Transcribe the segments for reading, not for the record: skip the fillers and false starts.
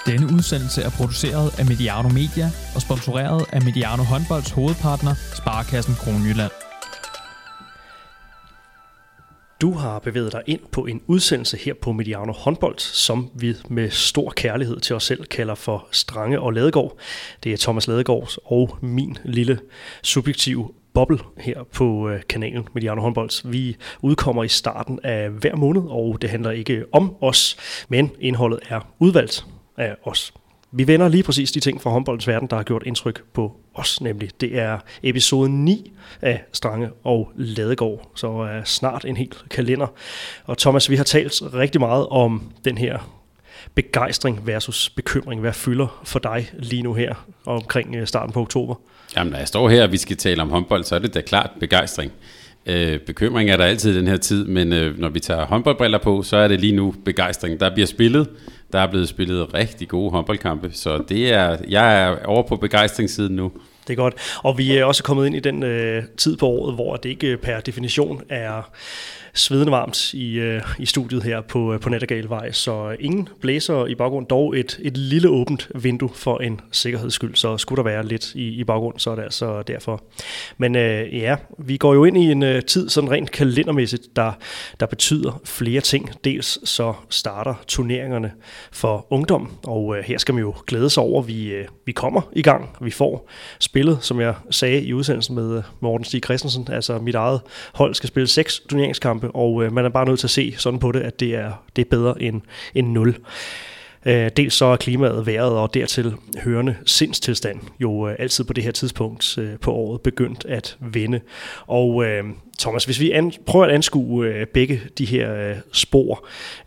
Denne udsendelse er produceret af Mediano Media og sponsoreret af Mediano Håndbolds hovedpartner, Sparekassen Kronjylland. Du har bevæget dig ind på en udsendelse her på Mediano Håndbold, som vi med stor kærlighed til os selv kalder for Strange og Ladegaard. Det er Thomas Ladegaards og min lille subjektive boble her på kanalen Mediano Håndbold. Vi udkommer i starten af hver måned, og det handler ikke om os, men indholdet er udvalgt af os. Vi vender lige præcis de ting fra håndboldens verden, der har gjort indtryk på os, nemlig. Det er episode 9 af Strange og Ladegaard, så er snart en hel kalender. Og Thomas, vi har talt rigtig meget om den her begejstring versus bekymring. Hvad fylder for dig lige nu her omkring starten på oktober? Jamen, når jeg står her, og vi skal tale om håndbold, så er det da klart begejstring. Bekymring er der altid i den her tid, men når vi tager håndboldbriller på, så er det lige nu begejstring. Der bliver spillet. Der er blevet spillet rigtig gode håndboldkampe, så jeg er over på begejstringssiden nu. Det er godt, og vi er også kommet ind i den tid på året, hvor det ikke per definition er svedende varmt i studiet her på Nattergalvej, så ingen blæser i baggrund, dog et lille åbent vindue for en sikkerheds skyld, så skulle der være lidt i baggrund, så er det altså derfor. Men vi går jo ind i en tid sådan rent kalendermæssigt, der betyder flere ting. Dels så starter turneringerne for ungdom, og her skal man jo glæde sig over, vi kommer i gang. Vi får spillet, som jeg sagde i udsendelsen med Morten Stig Christensen, altså mit eget hold skal spille 6 turneringskampe, og man er bare nødt til at se sådan på det, at det er bedre end 0. Dels så er klimaet, vejret og dertil hørende sindstilstand jo altid på det her tidspunkt på året begyndt at vende. Og Thomas, hvis vi prøver at anskue begge de her spor,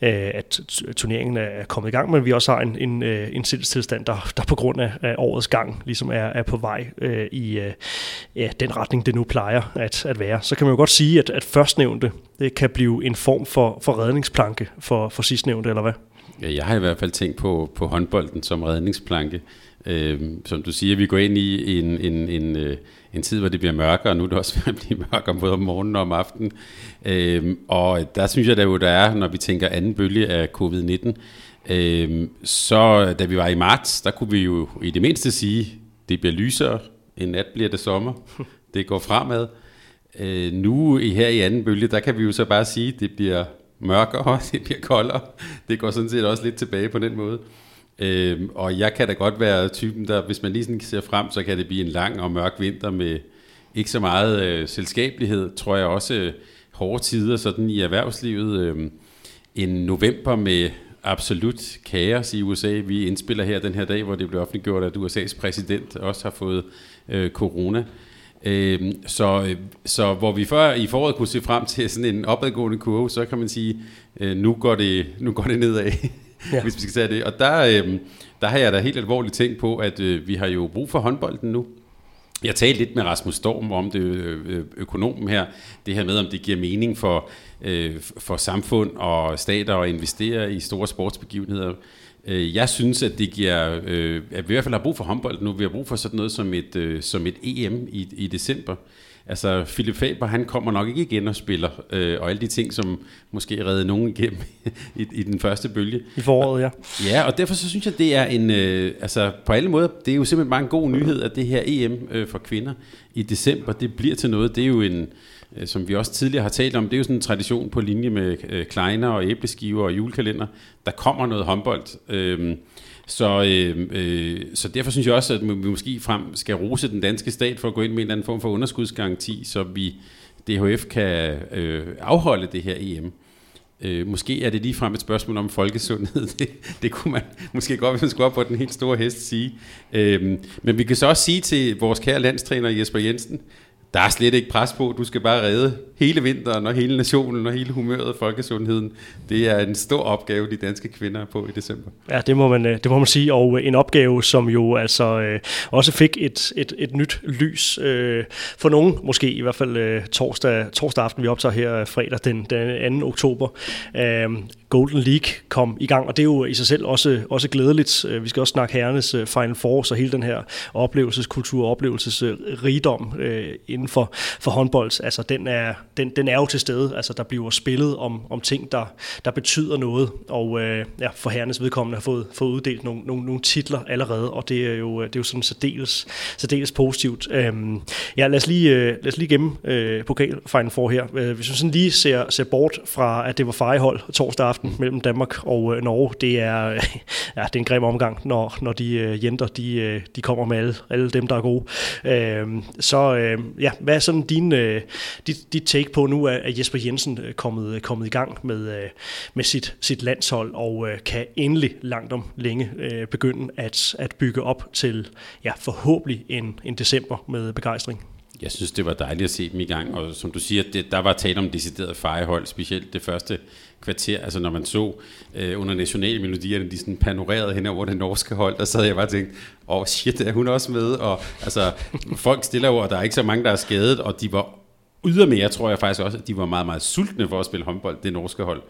at turneringen er kommet i gang, men vi også har en sindstilstand, der på grund af årets gang ligesom er på vej i den retning, det nu plejer at være, så kan man jo godt sige, at førstnævnte det kan blive en form for redningsplanke for sidstnævnte, eller hvad? Ja, jeg har i hvert fald tænkt på håndbolden som redningsplanke. Som du siger, vi går ind i en tid, hvor det bliver mørkere, og nu er det også ved at blive mørkere både om morgenen og om aftenen. Og der synes jeg, der er, når vi tænker anden bølge af covid-19, så da vi var i marts, der kunne vi jo i det mindste sige, det bliver lysere, en nat bliver det sommer, det går fremad. Nu her i anden bølge, der kan vi jo så bare sige, det bliver mørkere, det bliver koldere. Det går sådan set også lidt tilbage på den måde. Og jeg kan da godt være typen, der hvis man lige sådan ser frem, så kan det blive en lang og mørk vinter med ikke så meget selskabelighed, tror jeg også hårde tider sådan i erhvervslivet. En november med absolut kaos i USA. Vi indspiller her den her dag, hvor det blev offentliggjort, at USA's præsident også har fået corona. Så hvor vi før i foråret kunne se frem til sådan en opadgående kurve, så kan man sige, nu går det nedad, ja. Hvis vi skal sige det. Og der har jeg da helt alvorligt tænkt på, at vi har jo brug for håndbolden nu. Jeg talte lidt med Rasmus Storm om det, økonomen her, det her med, om det giver mening for samfund og stater at investere i store sportsbegivenheder. Jeg synes, at det giver, at vi i hvert fald har brug for håndbold nu. Vi har brug for sådan noget som et EM i december. Altså, Philip Faber, han kommer nok ikke igen og spiller, og alle de ting, som måske redder nogen igennem i den første bølge. I foråret, ja. Ja, og derfor så synes jeg, det er altså på alle måder, det er jo simpelthen bare en god nyhed, at det her EM for kvinder i december, det bliver til noget. Det er jo som vi også tidligere har talt om, det er jo sådan en tradition på linje med kleiner og æbleskiver og julekalender. Der kommer noget håndbold. Så derfor synes jeg også, at vi måske frem skal rose den danske stat for at gå ind med en eller anden form for underskudsgaranti, så vi DHF kan afholde det her EM. Måske er det ligefrem et spørgsmål om folkesundhed. Det kunne man måske godt, hvis man skulle op på den helt store hest, sige. Men vi kan så også sige til vores kære landstræner Jesper Jensen, der er slet ikke pres på. Du skal bare redde hele vinteren og hele nationen og hele humøret og folkesundheden. Det er en stor opgave, de danske kvinder er på i december. Ja, det må man sige. Og en opgave, som jo altså også fik et nyt lys for nogen, måske i hvert fald torsdag aften, vi optager her fredag den 2. oktober. Golden League kom i gang, og det er jo i sig selv også glædeligt. Vi skal også snakke herrenes Final Four, så hele den her oplevelseskultur, oplevelsesrigdom inden for håndbold, altså den er jo til stede. Altså der bliver spillet om ting, der betyder noget, og for herrenes vedkommende har fået uddelt nogle titler allerede, og det er jo sådan særdeles positivt. Lad os lige gemme pokal Final Four her. Hvis vi sådan lige ser bort fra, at det var fejehold torsdag aften mellem Danmark og Norge, det er en grim omgang, når de jenter, de kommer med alle dem, der er gode. Hvad er sådan dit take på nu, at Jesper Jensen kommet i gang med sit landshold, og kan endelig langt om længe begynde at bygge op til forhåbentlig en december med begejstring? Jeg synes, det var dejligt at se dem i gang, og som du siger, der var tale om decideret fejehold, specielt det første kvarter, altså når man så under nationale melodierne, de sådan panorerede hen over det norske hold, der sad jeg bare og tænkte, shit, er hun også med? Og altså, folk stiller jo, og der er ikke så mange, der er skadet, og de var ydermere, tror jeg faktisk også, at de var meget, meget sultne for at spille håndbold, det norske hold.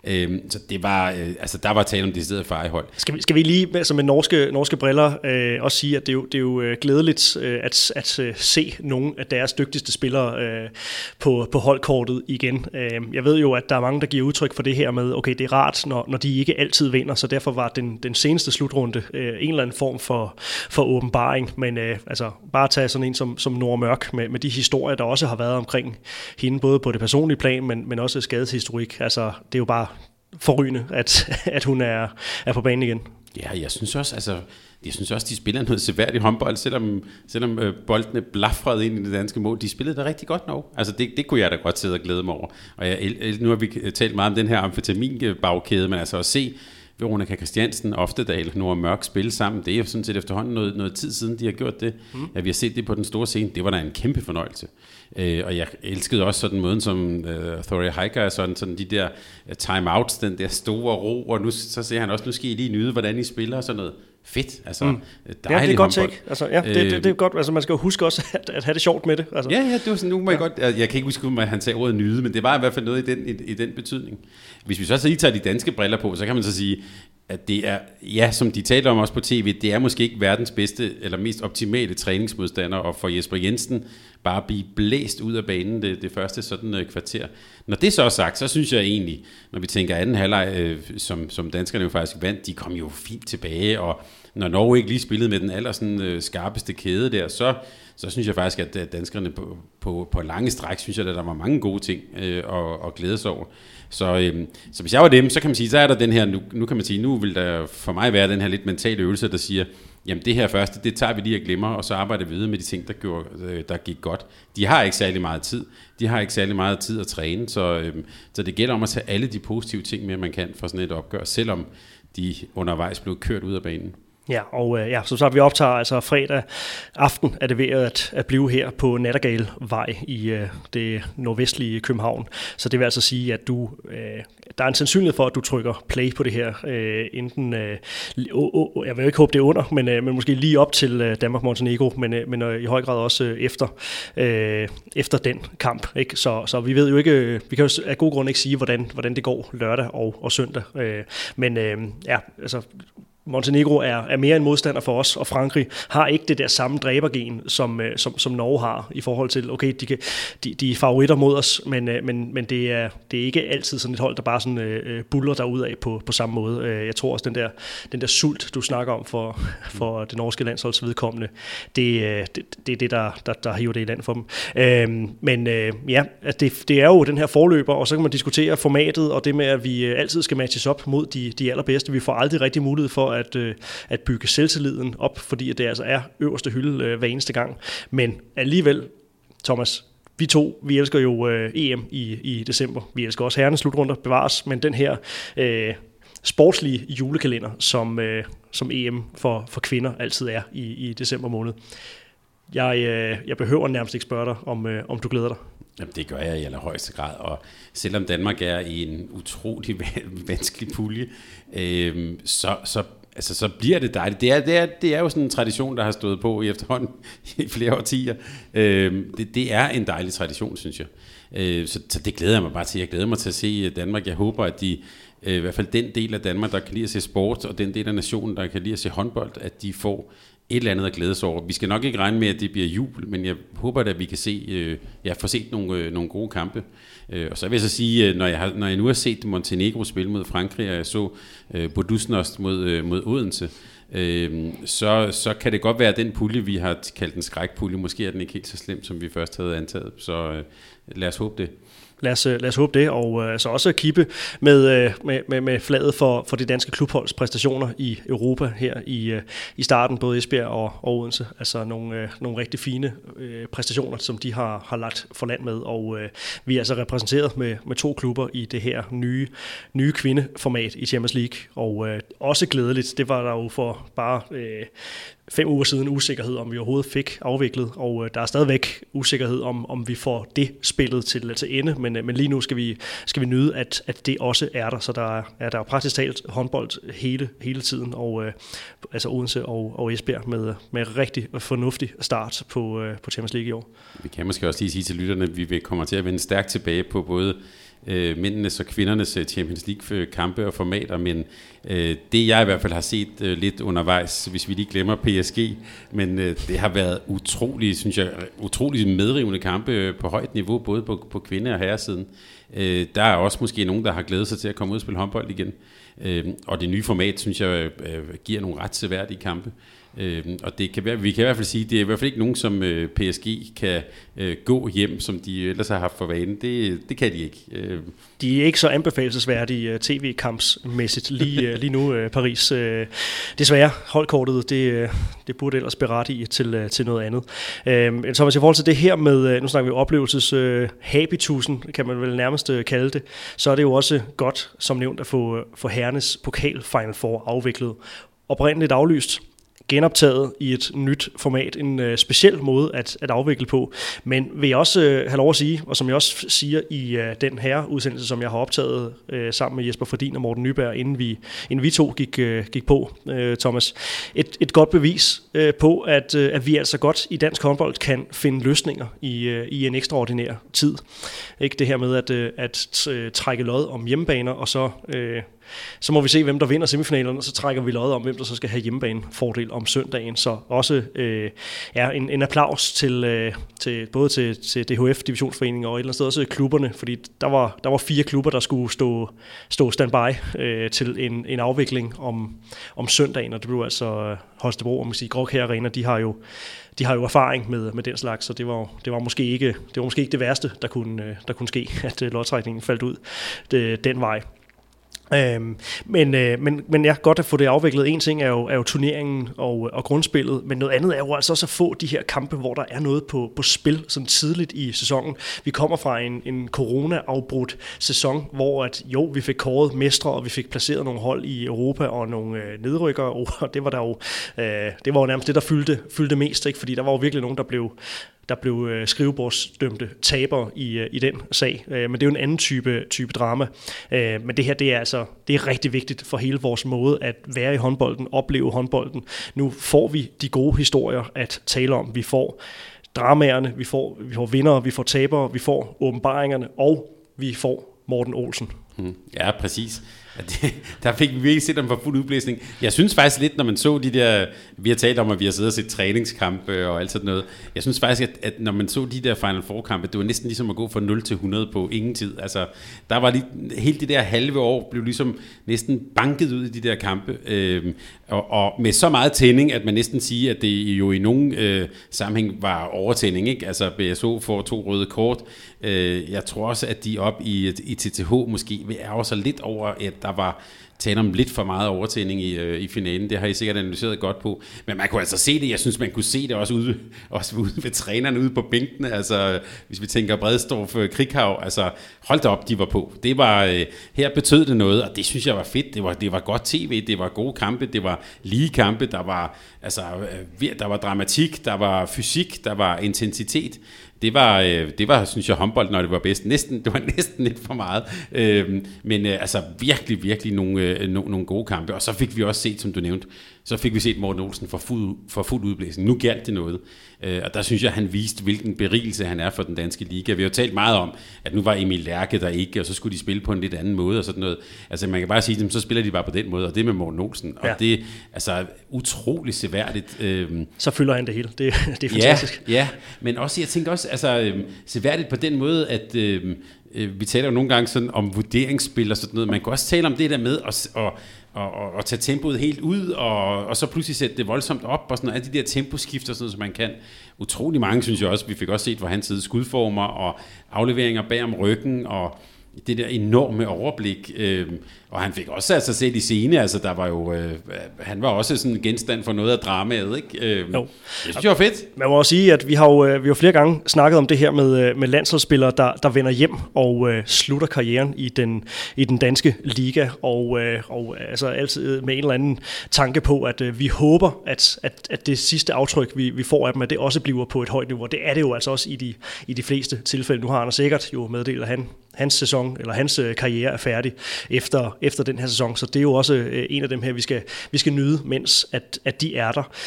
Så det var, der var tale om det stedet fejehold. Skal vi lige altså med norske briller også sige, at det er jo glædeligt at se nogle af deres dygtigste spillere på holdkortet igen. Jeg ved jo, at der er mange, der giver udtryk for det her med, okay, det er rart, når de ikke altid vinder, så derfor var den seneste slutrunde en eller anden form for åbenbaring, men bare tage sådan en som Nora Mørk med de historier, der også har været omkring hende, både på det personlige plan, men også skadeshistorik. Altså, det er jo bare forrygende, at hun er på banen igen. Ja, jeg synes også, de spiller noget seværdigt håndbold, selvom boldene blafrede ind i det danske mål. De spillede det rigtig godt nu. Altså det kunne jeg da godt sidde og glæde mig over. Og nu har vi talt meget om den her amfetamin-bagkæde, men altså at se Veronica Christiansen, Oftedal, Nora Mørk spille sammen, det er jo sådan set efterhånden noget tid siden, de har gjort det. Ja, vi har set det på den store scene. Det var da en kæmpe fornøjelse. Og jeg elskede også sådan måden, som Thore Heiker er sådan de der timeouts, den der store ro, og nu så ser han også, nu skal I lige nyde, hvordan I spiller og sådan noget. Fedt, altså dejligt det er godt take. Altså, det er godt, altså man skal jo huske også at have det sjovt med det. Altså. Ja, det var sådan, nu må jeg godt, jeg kan ikke huske, at han sagde ordet nyde, men det var i hvert fald noget i den betydning. Hvis vi så lige tager de danske briller på, så kan man så sige, at det er, som de taler om også på tv, det er måske ikke verdens bedste eller mest optimale træningsmodstander, og for Jesper Jensen bare blive blæst ud af banen det første sådan kvarter. Når det så er sagt, så synes jeg egentlig, når vi tænker anden halvleg, som danskerne jo faktisk vandt, de kom jo fint tilbage, og når Norge ikke lige spillede med den aller sådan, skarpeste kæde der, så synes jeg faktisk, at danskerne på lange stræk, synes jeg, at der var mange gode ting at glæde sig over. Så hvis jeg var dem, så kan man sige, så er der den her, nu kan man sige, nu vil der for mig være den her lidt mentale øvelse, der siger, jamen det her første, det tager vi lige og glemmer, og så arbejder vi videre med de ting, der gik godt. De har ikke særlig meget tid. De har ikke særlig meget tid at træne, så det gælder om at tage alle de positive ting med, man kan for sådan et opgør, selvom de undervejs blev kørt ud af banen. Ja, og så vi optager altså fredag aften er det ved at blive her på Nattergalevej i det nordvestlige København. Så det vil altså sige, at der er en sandsynlighed for, at du trykker play på det her, enten, jeg vil ikke håbe det er under, men måske lige op til Danmark-Montenegro, men i høj grad også efter den kamp. Ikke? Så vi ved jo ikke, vi kan jo af god grund ikke sige, hvordan det går lørdag og søndag. Montenegro er mere en modstander for os, og Frankrig har ikke det der samme dræbergen, som Norge har, i forhold til, okay, de er favoritter mod os, men det er ikke altid sådan et hold, der bare sådan buller derudad på samme måde. Jeg tror også, den der sult, du snakker om for det norske landsholds vedkommende, det er det, der hiver det i land for dem. Det er jo den her forløber, og så kan man diskutere formatet, og det med, at vi altid skal matches op mod de allerbedste. Vi får aldrig rigtig mulighed for at bygge selvtilliden op, fordi det altså er øverste hylde hver eneste gang. Men alligevel, Thomas, vi elsker jo EM i december. Vi elsker også herrenes slutrunder, bevares, men den her sportslige julekalender, som EM for kvinder altid er i december måned. Jeg behøver nærmest ikke spørge dig, om du glæder dig. Jamen, det gør jeg i allerhøjeste grad, og selvom Danmark er i en utrolig vanskelig pulje, så altså, så bliver det dejligt. Det er jo sådan en tradition, der har stået på i efterhånden i flere årtier. Det er en dejlig tradition, synes jeg. Så det glæder jeg mig bare til. Jeg glæder mig til at se Danmark. Jeg håber, at de, i hvert fald den del af Danmark, der kan lide at se sport, og den del af nationen, der kan lide at se håndbold, at de får et eller andet at glæde sig over. Vi skal nok ikke regne med, at det bliver jubel, men jeg håber, at vi kan se, få set nogle gode kampe. Og så vil jeg så sige, når jeg nu har set Montenegro spille mod Frankrig, og jeg så Budućnost mod Odense, så kan det godt være, at den pulje, vi har kaldt en skrækpulje, måske er den ikke helt så slem, som vi først havde antaget. Så lad os håbe det. Lad os håbe det, og så også kippe med flaget for det danske klubholds præstationer i Europa her i starten, både Esbjerg og Odense. Altså nogle rigtig fine præstationer, som de har lagt for land med, og vi er altså repræsenteret med 2 klubber i det her nye kvindeformat i Champions League, og også glædeligt. Det var der jo for bare 5 uger siden usikkerhed, om vi overhovedet fik afviklet, og der er stadigvæk usikkerhed om vi får det spillet til ende, men lige nu skal vi nyde, at det også er der, så der er praktisk talt håndbold hele tiden, og altså Odense og Esbjerg med rigtig fornuftig start på Champions League i år. Vi kan måske også lige sige til lytterne, at vi kommer til at vende stærkt tilbage på både mændenes og kvindernes Champions League kampe og formater, men det jeg i hvert fald har set lidt undervejs, hvis vi lige glemmer PSG, men det har været utrolig medrivende kampe på højt niveau, både på kvinde- og herresiden. Der er også måske nogen, der har glædet sig til at komme ud og spille håndbold igen, og det nye format, synes jeg, giver nogle ret seværdige kampe. Og vi kan i hvert fald sige, det er i hvert fald ikke nogen, som PSG kan gå hjem, som de ellers har haft for vane. Det kan de ikke. De er ikke så anbefalesværdige tv-kampsmæssigt lige nu, Paris. Desværre, holdkortet, det burde ellers berettige til noget andet. Thomas, i forhold til det her med, nu snakker vi oplevelses-habitusen, kan man vel nærmest kalde det, så er det jo også godt, som nævnt, at få herrenes pokal Final Four afviklet. Oprindeligt aflyst, genoptaget i et nyt format, en speciel måde at afvikle på. Men vil jeg også have lov at sige, og som jeg også siger i den her udsendelse, som jeg har optaget sammen med Jesper Fredin og Morten Nyberg, inden vi to gik på, Thomas, et godt bevis på, at vi altså godt i dansk håndbold kan finde løsninger i en ekstraordinær tid. Ikke det her med at trække lod om hjemmebaner, og så må vi se, hvem der vinder semifinalerne, og så trækker vi lod om, hvem der så skal have hjemmebanefordel om søndagen. Så også en applaus til både til DHF, Divisionsforeningen, og et eller andet sted også klubberne, fordi der var 4 klubber, der skulle stå standby til en afvikling om søndagen, og det blev altså Holstebro, og man siger, Gråkær Arena, de har jo erfaring med den slags, så det var måske ikke det værste, der kunne ske, at lodtrækningen faldt ud den vej. Men ja, godt at få det afviklet. En ting er jo turneringen og grundspillet, men noget andet er jo altså også at få de her kampe, hvor der er noget på spil sådan tidligt i sæsonen. Vi kommer fra en corona-afbrudt sæson, hvor vi fik kåret mestre, og vi fik placeret nogle hold i Europa og nogle nedrykkere, og det var jo nærmest det, der fyldte mest, ikke? Fordi der var jo virkelig nogen, der blev skrivebordsdømte tabere i den sag. Men det er jo en anden type drama. Men det her, det er rigtig vigtigt for hele vores måde at være i håndbolden, opleve håndbolden. Nu får vi de gode historier at tale om. Vi får dramaerne, vi får vindere, vi får tabere, vi får åbenbaringerne, og vi får Morten Olsen. Ja, præcis. Der fik vi virkelig set dem for fuld udblæsning. Jeg synes faktisk lidt, når man så de der, vi har talt om, at vi har siddet og set træningskampe og alt sådan noget. Jeg synes faktisk, at når man så de der Final Four-kampe, det var næsten ligesom at gå fra 0 til 100 på ingen tid. Altså, der var helt det der halve år blev ligesom næsten banket ud i de der kampe. Og med så meget tænding, at man næsten siger, at det jo i nogen sammenhæng var overtænding, ikke? Altså, BSO får 2 røde kort. Jeg tror også, at de op i TTH måske vil ærge sig lidt over, at der var tale om lidt for meget overtænding i finalen. Det har I sikkert analyseret godt på. Men man kunne altså se det. Jeg synes, man kunne se det også ude ved trænerne ude på bænkene. Altså, hvis vi tænker Bredstorff, Krighav, altså hold da op, de var på. Det var, her betød det noget, og det synes jeg var fedt. Det var godt tv, det var gode kampe, det var lige kampe, der var dramatik, der var fysik, der var intensitet. det var, synes jeg, håndbold, når det var bedst. Det var næsten lidt for meget. Men altså virkelig nogle gode kampe. Og så fik vi også set, som du nævnte, Morten Olsen for fuld udblæsning. Nu galt det noget. Og der synes jeg, han viste, hvilken berigelse han er for den danske liga. Vi har jo talt meget om, at nu var Emil Lærke der ikke, og så skulle de spille på en lidt anden måde og sådan noget. Altså man kan bare sige, at så spiller de bare på den måde, og det med Morten Olsen. Og det er altså utroligt seværdigt. Så fylder han det hele. Det er fantastisk. Ja, men også, jeg tænker også, altså seværdigt på den måde, at vi taler jo nogle gange sådan om vurderingsspil og sådan noget. Man kan også tale om det der med at tage tempoet helt ud, og så pludselig sætte det voldsomt op, og sådan alle de der temposkifter, sådan noget, som man kan. Utrolig mange, synes jeg også. Vi fik også set, hvor han sidder skudformer og afleveringer bag om ryggen, og det der enorme overblik, og han fik også altså set i scene, altså der var jo, han var også sådan en genstand for noget af dramaet, ikke? Jo. Det synes jeg var fedt. Man må også sige, at vi har flere gange snakket om det her med landsholdsspillere, der vender hjem og slutter karrieren i den danske liga, og altså altid med en eller anden tanke på, at vi håber, at det sidste aftryk, vi får af dem, at det også bliver på et højt niveau. Det er det jo altså også i de fleste tilfælde. Nu har Anders sikkert jo meddelt, at hans sæson, eller hans karriere er færdig efter den her sæson, så det er jo også en af dem her, vi skal nyde, mens at de er der.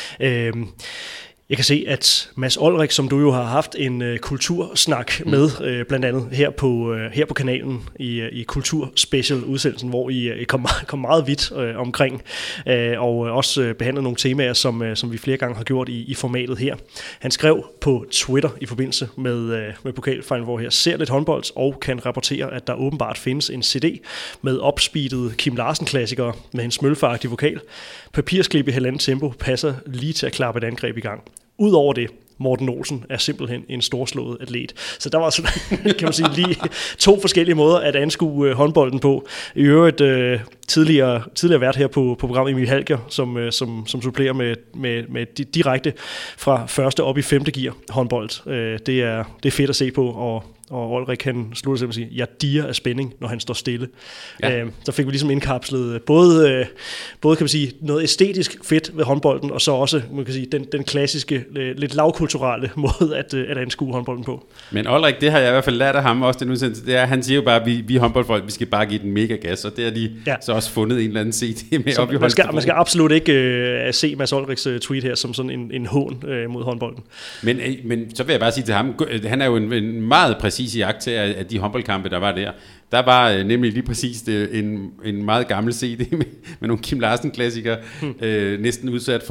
Jeg kan se, at Mads Olrik, som du jo har haft en kultursnak med, blandt andet her på kanalen i Kulturspecial-udsendelsen, hvor I kom meget vidt omkring, og også behandlet nogle temaer, som vi flere gange har gjort i formatet her. Han skrev på Twitter i forbindelse med pokalfinalen, hvor her ser lidt håndbold og kan rapportere, at der åbenbart findes en CD med opspeedede Kim Larsen-klassikere med en smølfagtig vokal. Papirsklip i halvandet tempo passer lige til at klappe et angreb i gang. Udover det, Morten Olsen er simpelthen en storslået atlet. Så der var sådan, kan man sige, lige 2 forskellige måder at anskue håndbolden på. I øvrigt tidligere vært her på programmet Emil Halker, som supplerer med direkte fra første op i 5. gear håndbold. Det er fedt at se på, og Olrik kan slutte sig og sige, jeg dirrer af spænding, når han står stille. Ja. Så fik vi ligesom indkapslet både kan man sige, noget æstetisk fedt ved håndbolden, og så også man kan sige, den klassiske, lidt lavkulturelle måde at anskue håndbolden på. Men Olrik, det har jeg i hvert fald lært af ham også, det er, han siger jo bare, at vi håndboldfolk, vi skal bare give den mega gas, og det har de så også fundet en eller anden CD med op i Holstebro. Man skal absolut ikke se Mads Olriks tweet her som sådan en hån mod håndbolden. Men så vil jeg bare sige til ham, han er jo en meget præcis iagttager af de håndboldkampe, der var der. Der var nemlig lige præcis en meget gammel CD med nogle Kim Larsen-klassikere, næsten udsat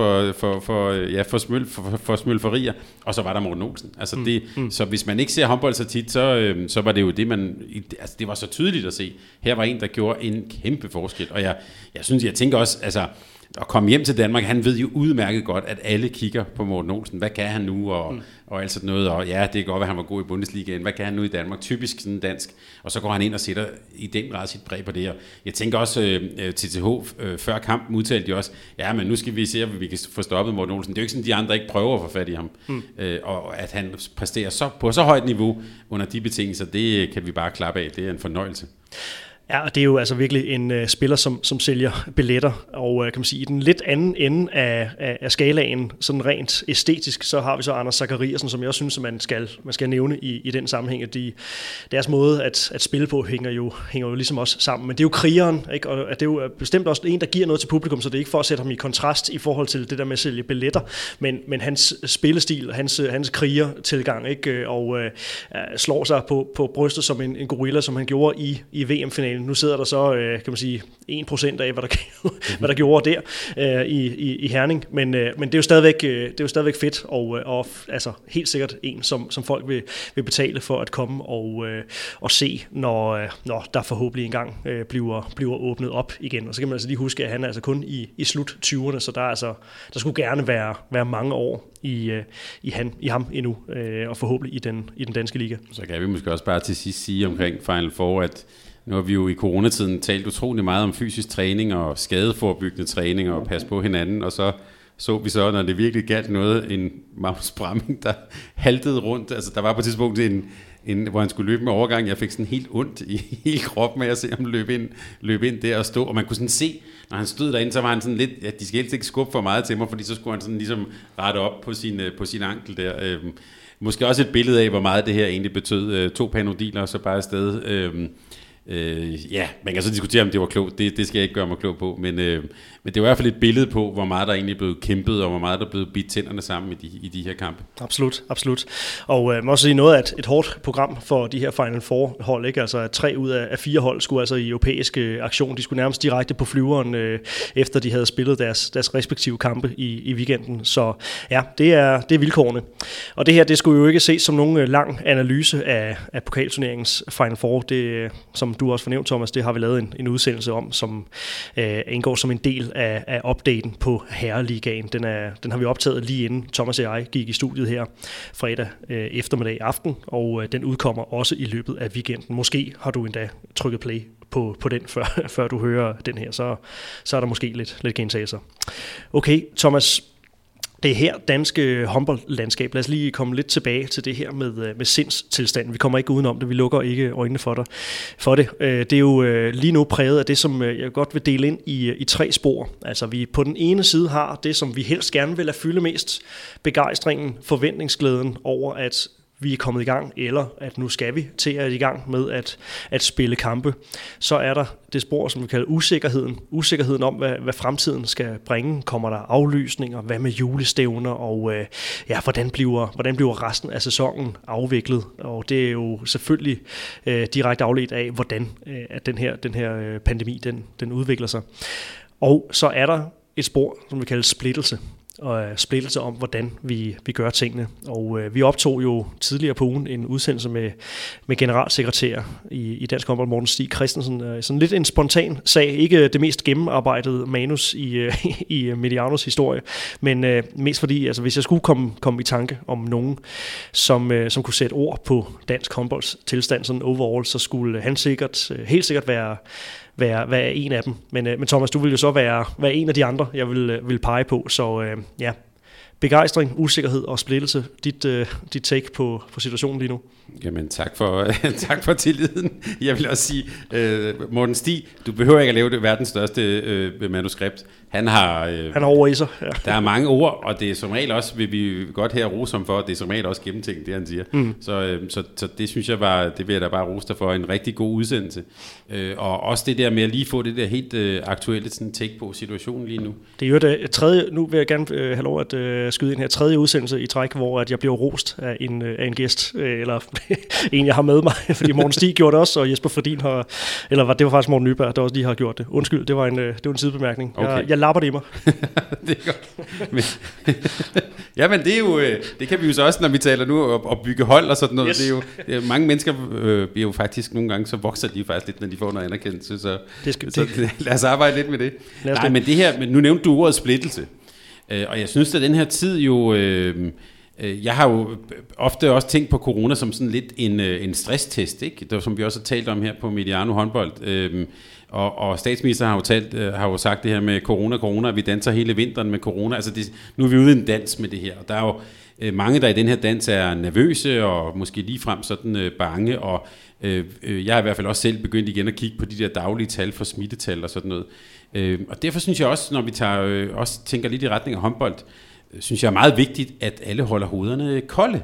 for smølferier, og så var der Morten Olsen. Altså så hvis man ikke ser håndbold så tit, så var det jo det, altså det var så tydeligt at se. Her var en, der gjorde en kæmpe forskel, og jeg tænker også, altså at komme hjem til Danmark, han ved jo udmærket godt, at alle kigger på Morten Olsen. Hvad kan han nu, og alt sådan noget, og ja, det kan godt være, han var god i Bundesligaen. Hvad kan han nu i Danmark? Typisk sådan dansk. Og så går han ind og sætter i den grad sit præg på det her. Jeg tænker også, TTH før kampen udtalte de også, ja, men nu skal vi se, om vi kan få stoppet Morten Olsen. Det er jo ikke sådan, de andre ikke prøver at få fat i ham. Og at han præsterer på så højt niveau under de betingelser, det kan vi bare klappe af. Det er en fornøjelse. Ja, og det er jo altså virkelig en spiller, som sælger billetter, og kan man sige, i den lidt anden ende af skalaen, sådan rent æstetisk, så har vi så Anders Zachariasen, som jeg også synes, at man skal nævne i den sammenhæng, at deres måde at spille på hænger jo ligesom også sammen, men det er jo krigeren, ikke? Og det er jo bestemt også en, der giver noget til publikum, så det er ikke for at sætte ham i kontrast i forhold til det der med at sælge billetter, men hans spillestil, hans krigertilgang, ikke? Og slår sig på brystet som en gorilla, som han gjorde i VM-finalen. Nu sidder der så, kan man sige, 1% af, hvad der gjorde der i Herning. Men det er jo stadigvæk fedt, og altså helt sikkert en, som folk vil betale for at komme og se, når der forhåbentlig engang bliver åbnet op igen. Og så kan man altså lige huske, at han er altså kun i slut 20'erne, så der skulle gerne være mange år i ham endnu, og forhåbentlig i den danske liga. Så kan vi måske også bare til sidst sige omkring Final Four, at nu har vi jo i coronatiden talt utrolig meget om fysisk træning og skadeforebyggende træning og passe på hinanden, og så vi så, når det virkelig galt noget, en Magnus Bramming, der haltede rundt. Altså der var på et tidspunkt hvor han skulle løbe med overgang. Jeg fik sådan helt ondt i hele kroppen med at se ham løbe ind der og stå, og man kunne sådan se, når han stod derinde, så var han sådan lidt, at de skal helst ikke skubbe for meget til mig, fordi så skulle han sådan ligesom rette op på sin ankel der. måske også et billede af, hvor meget det her egentlig betød. 2 Panodiler og så bare afsted. Ja, man kan så diskutere, om det var klogt. Det skal jeg ikke gøre mig klog på. Men det er i hvert fald et billede på, hvor meget der egentlig er blevet kæmpet, og hvor meget der er blevet bidt tænderne sammen i de her kampe. Absolut, absolut. Og man må også sige noget af et hårdt program for de her Final Four-hold. Ikke? Altså 3 ud af 4 hold skulle altså i europæisk aktion. De skulle nærmest direkte på flyveren, efter de havde spillet deres respektive kampe i weekenden. Så ja, det er vilkårene. Og det her, det skulle jo ikke ses som nogen lang analyse af pokalturneringens Final Four. Det, som du også fornævnt, Thomas, det har vi lavet en udsendelse om, som indgår som en del af updaten på Herreligaen. Den har vi optaget lige inden Thomas og jeg gik i studiet her fredag eftermiddag aften, og den udkommer også i løbet af weekenden. Måske har du endda trykket play på den, før du hører den her, så er der måske lidt gentagelser. Okay, Thomas, det er her danske håndboldlandskab. Lad os lige komme lidt tilbage til det her med sindstilstanden. Vi kommer ikke udenom det, vi lukker ikke øjnene for det. Det er jo lige nu præget af det, som jeg godt vil dele ind i 3 spor. Altså vi på den ene side har det, som vi helst gerne vil lade fylde mest, begejstringen, forventningsglæden over, at vi er kommet i gang, eller at nu skal vi til at i gang med at spille kampe. Så er der det spor, som vi kalder usikkerheden. Usikkerheden om, hvad fremtiden skal bringe. Kommer der aflysninger? Hvad med julestævner? Og hvordan bliver resten af sæsonen afviklet? Og det er jo selvfølgelig direkte afledt af, hvordan at den her pandemi den udvikler sig. Og så er der et spor, som vi kalder splittelse. Og splittelse om, hvordan vi gør tingene. Og vi optog jo tidligere på ugen en udsendelse med generalsekretær i Dansk Håndbold, Morten Stig Christensen. Sådan lidt en spontan sag, ikke det mest gennemarbejdede manus i Medianos historie, men mest fordi, altså hvis jeg skulle komme i tanke om nogen, som kunne sætte ord på dansk håndbolds tilstand sådan overall, så skulle han helt sikkert være en af dem. Men Thomas, du vil jo så være en af de andre, jeg vil pege på. Så begejstring, usikkerhed og splittelse. Dit take på situationen lige nu. Jamen tak for tilliden. Jeg vil også sige, Morten Stig, du behøver ikke at lave det verdens største manuskript. Han har over i sig. Ja. Der er mange ord, og det er som regel også, vil vi godt her rose ham for, det er som regel også gennemtænkt, det han siger. Så det synes jeg det vil jeg da bare rose dig for, en rigtig god udsendelse. Og også det der med at lige få det der helt aktuelle sådan take på situationen lige nu. Det er jo det tredje, nu vil jeg gerne have lov at skyde ind her, 3. udsendelse i træk, hvor at jeg bliver rost af en gæst, eller en jeg har med mig, fordi Morten Stig gjorde det også, og Jesper Fredin det var faktisk Morten Nyberg, der også lige har gjort det. Undskyld, det var en sidebemærkning. Okay. Jeg lapper det i mig. Det er godt. Men det er jo, det kan vi jo så også, når vi taler nu og bygge hold og sådan noget. Yes. Det er jo mange mennesker bliver jo faktisk nogle gange, så vokser de faktisk lidt, når de får noget anerkendelse. Så lad os arbejde lidt med det. Men det her, nu nævnte du ordet splittelse. Og jeg synes, at den her tid jo... jeg har jo ofte også tænkt på corona som sådan lidt en stresstest, ikke? Det var, som vi også har talt om her på Mediano håndbold. Og statsministeren har jo sagt det her med corona, vi danser hele vinteren med corona. Altså nu er vi ude i en dans med det her, og der er jo mange, der i den her dans er nervøse og måske ligefrem sådan bange, og jeg har i hvert fald også selv begyndt igen at kigge på de der daglige tal for smittetal og sådan noget. Og derfor synes jeg også, når vi også tænker lidt i retning af håndbold, synes jeg er meget vigtigt, at alle holder hovederne kolde.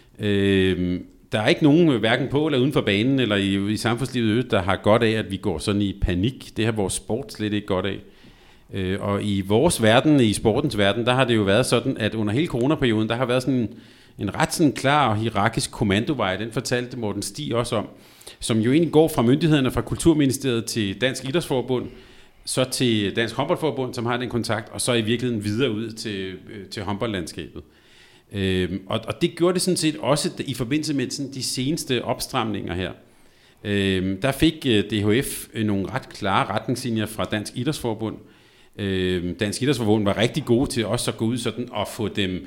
Der er ikke nogen, hverken på eller uden for banen, eller i samfundslivet, der har godt af, at vi går sådan i panik. Det har vores sport slet ikke godt af. Og i vores verden, i sportens verden, der har det jo været sådan, at under hele coronaperioden, der har været sådan en ret sådan klar og hierarkisk kommandovej. Den fortalte Morten Stig også om, som jo egentlig går fra myndighederne, fra Kulturministeriet til Dansk Idrætsforbund, så til Dansk Håndboldforbund, som har den kontakt, og så i virkeligheden videre ud til håndboldlandskabet. Og det gjorde det sådan set også i forbindelse med sådan de seneste opstramninger her. Der fik DHF nogle ret klare retningslinjer fra Dansk Idrætsforbund. Dansk Idrætsforbund var rigtig gode til også at gå ud sådan og få dem,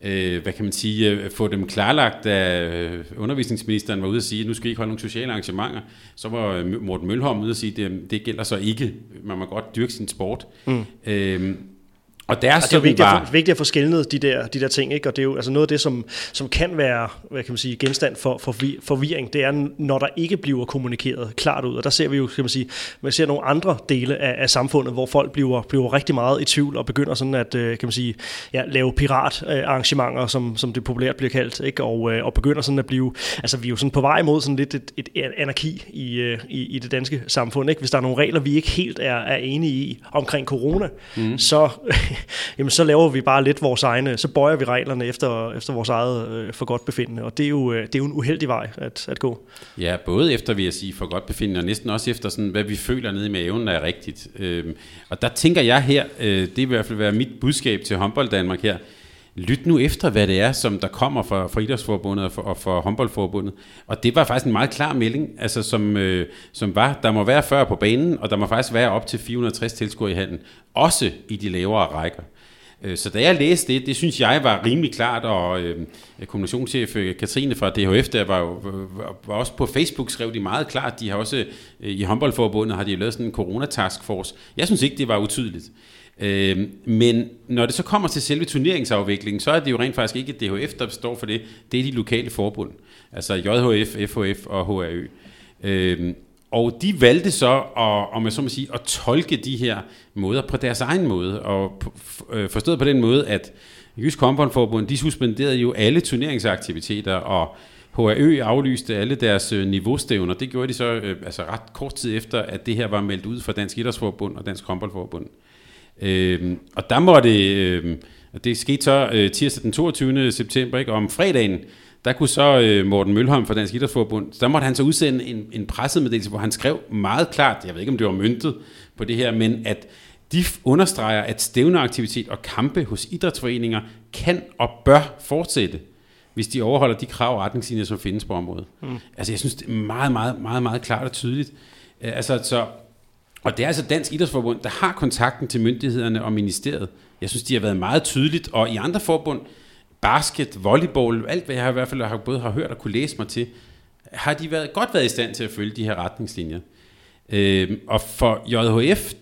få dem klarlagt, da undervisningsministeren var ude at sige, at nu skal I ikke holde nogle sociale arrangementer. Så var Morten Mølholm ude at sige, at det gælder så ikke. Man må godt dyrke sin sport. Og det er sådan vigtigt at få skelnet de der ting, ikke? Og det er jo altså noget af det, som kan være, hvad kan man sige, genstand for forvirring, det er, når der ikke bliver kommunikeret klart ud. Og der ser vi jo, kan man ser nogle andre dele af samfundet, hvor folk bliver rigtig meget i tvivl og begynder sådan at, kan man sige, lave piratarrangementer, som det populært bliver kaldt, ikke? Og begynder sådan at blive, altså vi er jo sådan på vej mod sådan lidt et anarki i det danske samfund, ikke? Hvis der er nogle regler, vi ikke helt er enige i omkring corona, så laver vi bare lidt vores egne, så bøjer vi reglerne efter vores eget forgodtbefindende, og det er jo en uheldig vej at gå. Ja, både efter, vil jeg sige, forgodtbefindende, og næsten også efter sådan, hvad vi føler nede i maven, er rigtigt. Og der tænker jeg her, det vil i hvert fald være mit budskab til Håndbold Danmark her, lyt nu efter, hvad det er, som der kommer fra Idrætsforbundet og fra Håndboldforbundet. Og det var faktisk en meget klar melding, altså som var, der må være 40 på banen, og der må faktisk være op til 460 tilskuere i hallen, også i de lavere rækker. Så da jeg læste det synes jeg var rimelig klart, og kommunikationschef Katrine fra DHF, der var også på Facebook, skrev de meget klart, de har også i Håndboldforbundet har de lavet sådan en corona-taskforce. Jeg synes ikke, det var utydeligt. Men når det så kommer til selve turneringsafviklingen, så er det jo rent faktisk ikke DHF, der står for det. Det er de lokale forbund, altså JHF, FHF og HRØ. Og de valgte så at tolke de her måder på deres egen måde, og forstået på den måde, at Jysk Håndboldforbund, de suspenderede jo alle turneringsaktiviteter, og HRØ aflyste alle deres niveaustævner. Det gjorde de så ret kort tid efter, at det her var meldt ud fra Dansk Idrætsforbund og Dansk Håndboldforbund. Og der måtte, det skete så tirsdag den 22. september, ikke? Og om fredagen, der kunne så Morten Mølholm fra Dansk Idrætsforbund, der måtte han så udsende en pressemeddelelse, hvor han skrev meget klart, jeg ved ikke om det var møntet på det her, men at de understreger, at stævneaktivitet og kampe hos idrætsforeninger kan og bør fortsætte, hvis de overholder de krav og retningslinjer, som findes på området. Altså jeg synes, det er meget, meget, meget, meget klart og tydeligt. Og det er altså Dansk Idrætsforbund, der har kontakten til myndighederne og ministeriet. Jeg synes, de har været meget tydeligt, og i andre forbund, basket, volleyball, alt hvad jeg i hvert fald både har hørt og kunne læse mig til, har de godt været i stand til at følge de her retningslinjer. Og for JHF,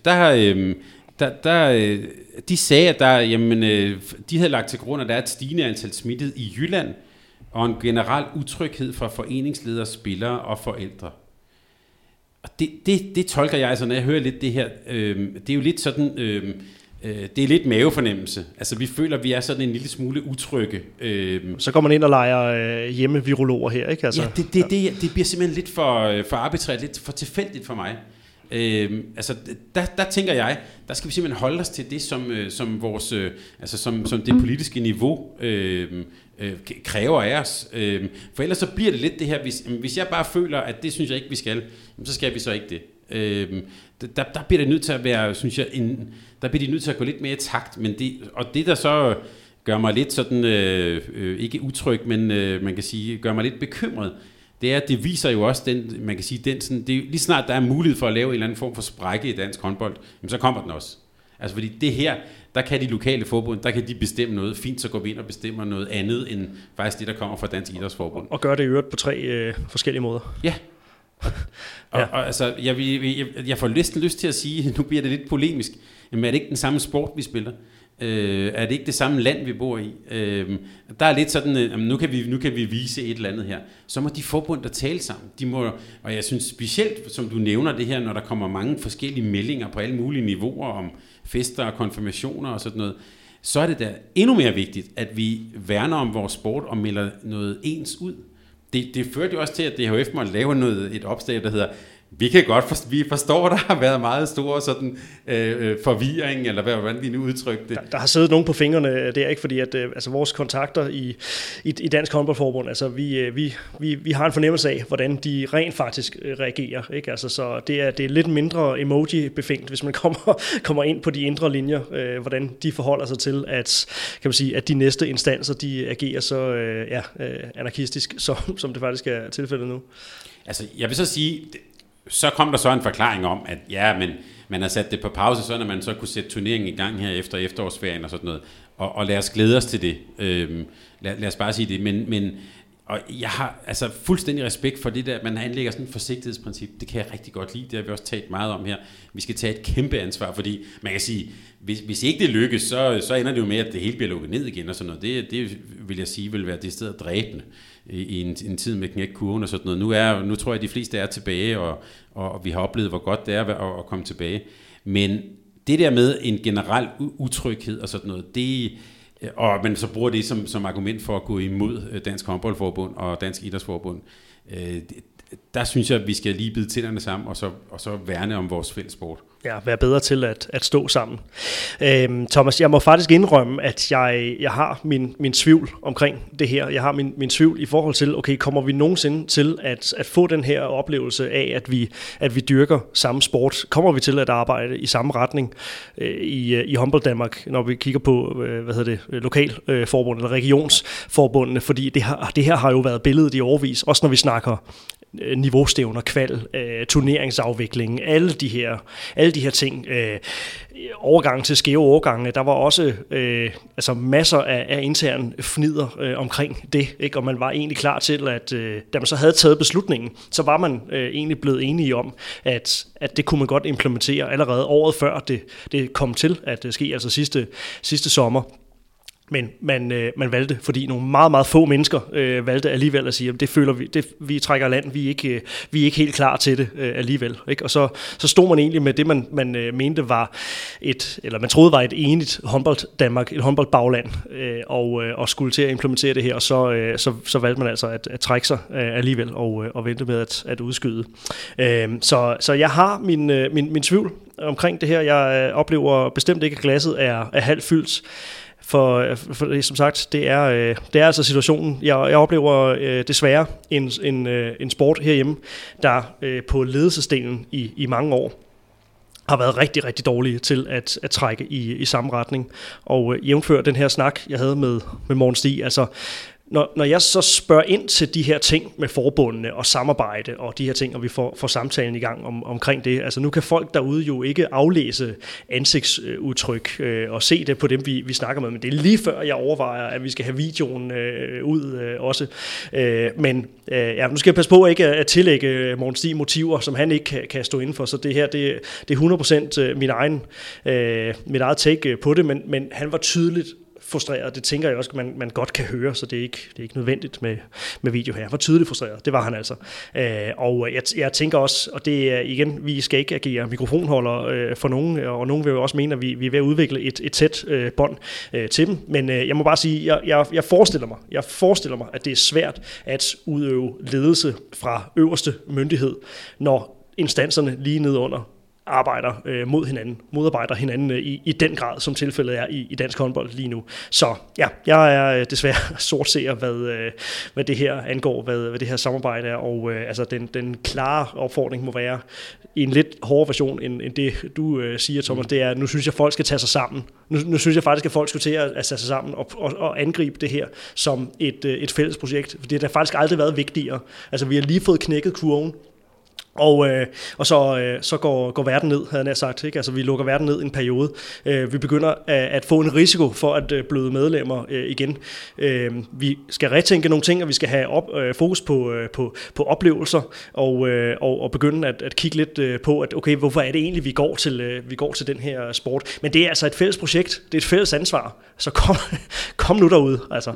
de sagde, at de havde lagt til grund, at der er et stigende antal smittet i Jylland, og en generel utryghed fra foreningsledere, spillere og forældre. Og det tolker jeg, altså når jeg hører lidt det her, det er jo lidt sådan, det er lidt mavefornemmelse. Altså vi føler, at vi er sådan en lille smule utrygge. Så går man ind og leger hjemmevirologer her, ikke? Altså, det bliver simpelthen lidt for arbitrært, lidt for tilfældigt for mig. Der tænker jeg, der skal vi simpelthen holde os til det, som vores, som det politiske niveau kræver af os. For ellers så bliver det lidt det her, hvis jeg bare føler, at det synes jeg ikke, vi skal, så skal vi så ikke det. Der bliver det nødt til at være, synes jeg, der bliver de nødt til at gå lidt mere i takt, men det der så gør mig lidt sådan, ikke utryg, men man kan sige, gør mig lidt bekymret, det er, at det viser jo også den, man kan sige, den sådan, det er, lige snart der er mulighed for at lave en eller anden form for sprække i dansk håndbold, så kommer den også. Altså fordi det her, der kan de lokale forbund, der kan de bestemme noget. Fint, så går vi ind og bestemmer noget andet, end faktisk det, der kommer fra Dansk Idrætsforbund. Og gør det i øvrigt på 3 forskellige måder. Ja. Og altså, jeg får lyst til at sige, nu bliver det lidt polemisk, men er det ikke den samme sport, vi spiller? Er det ikke det samme land, vi bor i? Der er lidt sådan, nu kan vi vise et eller andet her. Så må de forbund der tale sammen. Og jeg synes specielt, som du nævner det her, når der kommer mange forskellige meldinger på alle mulige niveauer om fester og konfirmationer og sådan noget, så er det da endnu mere vigtigt, at vi værner om vores sport og melder noget ens ud. Det førte jo også til, at DHF måtte lave et opslag, der hedder, vi forstår, der har været meget stor sådan forvirring, eller hvordan vi nu udtrykte det. Der har siddet nogen på fingrene der, ikke, fordi at vores kontakter i Dansk Håndboldforbund, altså vi har en fornemmelse af, hvordan de rent faktisk reagerer, ikke? Altså så det er lidt mindre emoji-befængt, hvis man kommer ind på de indre linjer, hvordan de forholder sig til, at kan man sige, at de næste instanser, de agerer så anarkistisk, som det faktisk er tilfældet nu. Altså, jeg vil så sige, så kom der så en forklaring om, at ja, men man har sat det på pause, så når man så kunne sætte turneringen i gang her efter efterårsferien og sådan noget, og lad os glæde os til det. Lad os bare sige det. Men Og jeg har altså fuldstændig respekt for det der, at man anlægger sådan et forsigtighedsprincip. Det kan jeg rigtig godt lide. Det har vi også talt meget om her. Vi skal tage et kæmpe ansvar, fordi man kan sige, hvis ikke det lykkes, så ender det jo med, at det hele bliver lukket ned igen og sådan noget. Det vil jeg sige vil være det sted dræbende i en tid med knækkurven og sådan noget. Nu tror jeg, at de fleste er tilbage, og vi har oplevet, hvor godt det er at komme tilbage. Men det der med en generel utryghed og sådan noget, og man så bruger det som argument for at gå imod Dansk Håndboldforbund og Dansk Idrætsforbund, der synes jeg, at vi skal lige bide tænderne sammen og så værne om vores fælles sport. Ja, være bedre til at stå sammen. Thomas, jeg må faktisk indrømme, at jeg har min tvivl omkring det her. Jeg har min tvivl i forhold til, okay, kommer vi nogensinde til at få den her oplevelse af, at vi dyrker samme sport? Kommer vi til at arbejde i samme retning i håndbold Danmark, når vi kigger på, lokalforbund eller regionsforbundene? Fordi det her har jo været billedet i årevis, også når vi snakker niveaustævner, kval, turneringsafvikling, alle de her ting, overgang til skæve overgange, der var også masser af intern fnider omkring det, ikke? Og man var egentlig klar til, at da man så havde taget beslutningen, så var man egentlig blevet enige om, at det kunne man godt implementere allerede året før det kom til at ske, altså sidste sommer. Men man valgte, fordi nogle meget, meget få mennesker valgte alligevel at sige, at det føler vi trækker land, vi er ikke helt klar til det alligevel. Ikke? Og så stod man egentlig med det, man mente var man troede var et enigt håndbold Danmark, et håndboldbagland, og skulle til at implementere det her, og så valgte man altså at trække sig alligevel og vente med at udskyde. Så jeg har min tvivl omkring det her. Jeg oplever bestemt ikke, at glasset er halvt fyldt. For som sagt, det er altså situationen. Jeg oplever desværre en sport herhjemme, der på ledelsesdelen i mange år har været rigtig, rigtig dårlige til at trække i samme retning. Og jævnfør den her snak, jeg havde med Morten Stig, altså når jeg så spørger ind til de her ting med forbundene og samarbejde og de her ting, og vi får samtalen i gang omkring det, altså nu kan folk derude jo ikke aflæse ansigtsudtryk og se det på dem, vi snakker med, men det er lige før jeg overvejer, at vi skal have videoen ud også. Men nu skal jeg passe på ikke at tillægge Morten Stig motiver, som han ikke kan stå inden for, så det her, det er 100% mit eget take på det, men han var tydeligt frustreret. Det tænker jeg også, at man godt kan høre, så det er ikke nødvendigt med video her. Han var tydeligt frustreret. Det var han altså. Og jeg tænker også, og det er igen, vi skal ikke agere mikrofonholder for nogen, og nogen vil jo også mene, at vi er ved at udvikle et tæt bånd til dem. Men jeg må bare sige, jeg forestiller mig, at det er svært at udøve ledelse fra øverste myndighed, når instanserne lige nedunder modarbejder hinanden i den grad, som tilfældet er i dansk håndbold lige nu. Så ja, jeg er desværre sortseer, hvad det her angår, hvad det her samarbejde er, og altså den klare opfordring må være i en lidt hårdere version, end det du siger, Thomas, det er, nu synes jeg, folk skal tage sig sammen. Nu synes jeg faktisk, at folk skal til at tage sig sammen og angribe det her som et fælles projekt, for det har faktisk aldrig været vigtigere. Altså, vi har lige fået knækket kurven, og så går verden ned, havde jeg sagt, ikke? Altså vi lukker verden ned i en periode. Vi begynder at få en risiko for at bløde medlemmer igen. Vi skal retænke nogle ting, og vi skal have fokus på oplevelser og begynde at kigge lidt på, at okay, hvorfor er det egentlig, vi går til den her sport? Men det er altså et fælles projekt, det er et fælles ansvar. Så kom nu derude, altså.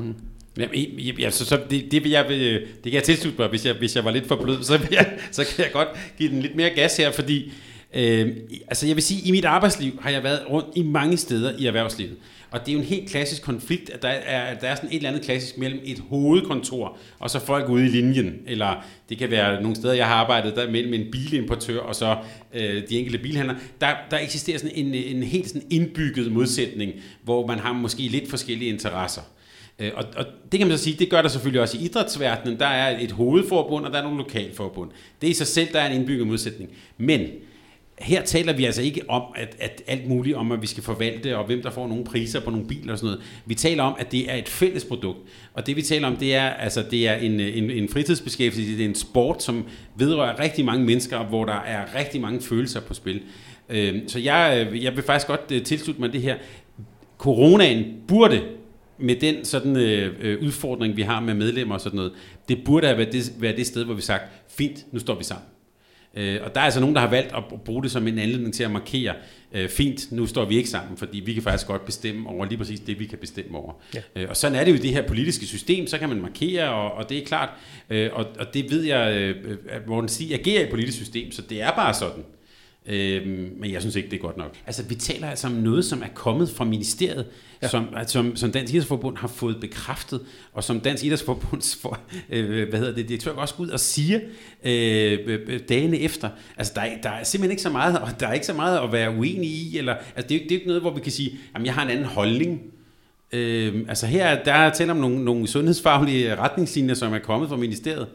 Det kan jeg tilslutte mig, hvis jeg var lidt for blød, så kan jeg godt give den lidt mere gas her, fordi jeg vil sige, i mit arbejdsliv har jeg været rundt i mange steder i erhvervslivet, og det er jo en helt klassisk konflikt, at der er sådan et eller andet klassisk mellem et hovedkontor og så folk ude i linjen, eller det kan være nogle steder, jeg har arbejdet der mellem en bilimportør og så de enkelte bilhandlere. Der eksisterer sådan en helt sådan indbygget modsætning, hvor man har måske lidt forskellige interesser. Og det kan man så sige, det gør der selvfølgelig også i idrætsverdenen. Der er et hovedforbund, og der er nogle lokalforbund. Det er i sig selv, der er en indbygget modsætning. Men her taler vi altså ikke om, at alt muligt om, at vi skal forvalte, og hvem der får nogle priser på nogle biler og sådan noget. Vi taler om, at det er et fælles produkt. Og det vi taler om, det er en fritidsbeskæftigelse, det er en sport, som vedrører rigtig mange mennesker, hvor der er rigtig mange følelser på spil. Så jeg vil faktisk godt tilslutte mig det her. Coronaen burde med den sådan udfordring, vi har med medlemmer og sådan noget, det burde have været det sted, hvor vi sagt, fint, nu står vi sammen. Og der er altså nogen, der har valgt at bruge det som en anledning til at markere, fint, nu står vi ikke sammen, fordi vi kan faktisk godt bestemme over lige præcis det, vi kan bestemme over. Ja. Og sådan er det jo i det her politiske system, så kan man markere, og det er klart, og det ved jeg, at Morten Stig agerer i et politisk system, så det er bare sådan. Men jeg synes ikke, det er godt nok. Altså, vi taler altså om noget, som er kommet fra ministeriet, ja. som Dansk Idrætsforbund har fået bekræftet, og som Dansk Idrætsforbunds direktør går også ud og siger dagene efter. Altså, der er simpelthen ikke så meget, og der er ikke så meget at være uenig i, eller, altså, det er jo ikke noget, hvor vi kan sige, jamen, jeg har en anden holdning. Altså, her der er tale om nogle sundhedsfaglige retningslinjer, som er kommet fra ministeriet.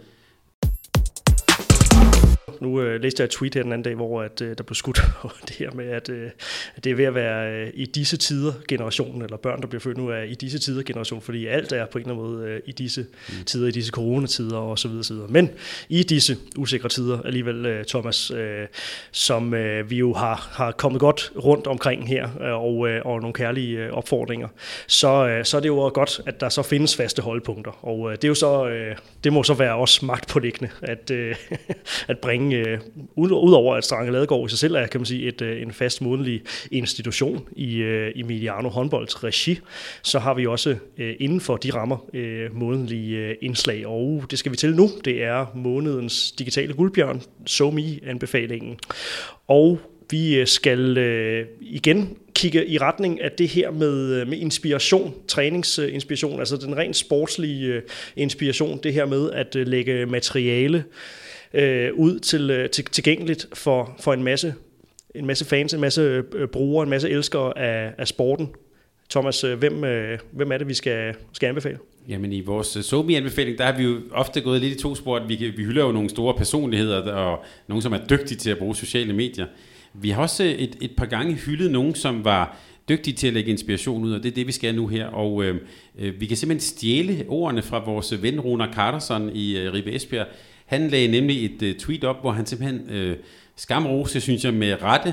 Nu læste jeg et tweet her den anden dag, hvor der blev skudt over det her med, at det er ved at være i disse tider generationen, eller børn, der bliver født nu, er i disse tider generation, fordi alt er på en eller anden måde i disse tider, i disse coronatider og så videre. Men i disse usikre tider alligevel, Thomas, som vi jo har kommet godt rundt omkring her, og nogle kærlige opfordringer, så er det jo godt, at der så findes faste holdepunkter. Og det er jo så, det må så være også magtpåliggende, at bringe udover at Strange Ladegaard i sig selv er, kan man sige, en fast månedlig institution i Mediano håndbolds regi, så har vi også inden for de rammer månedlige indslag, og det skal vi til nu. Det er månedens digitale guldbjørn, SoMe-anbefalingen. Og vi skal igen kigge i retning af det her med inspiration, træningsinspiration, altså den rent sportslige inspiration, det her med at lægge materiale ud tilgængeligt for en masse fans, en masse brugere, en masse elskere af sporten. Thomas, hvem er det, vi skal anbefale? Jamen i vores SoMe-anbefaling, der har vi jo ofte gået lidt i to spor. Vi hylder jo nogle store personligheder, og nogen, som er dygtige til at bruge sociale medier. Vi har også et par gange hyldet nogen, som var dygtige til at lægge inspiration ud, og det er det, vi skal nu her. Og vi kan simpelthen stjæle ordene fra vores ven Runar Carterson i Ribe Esbjerg. Han lagde nemlig et tweet op, hvor han simpelthen skamrose, synes jeg, med rette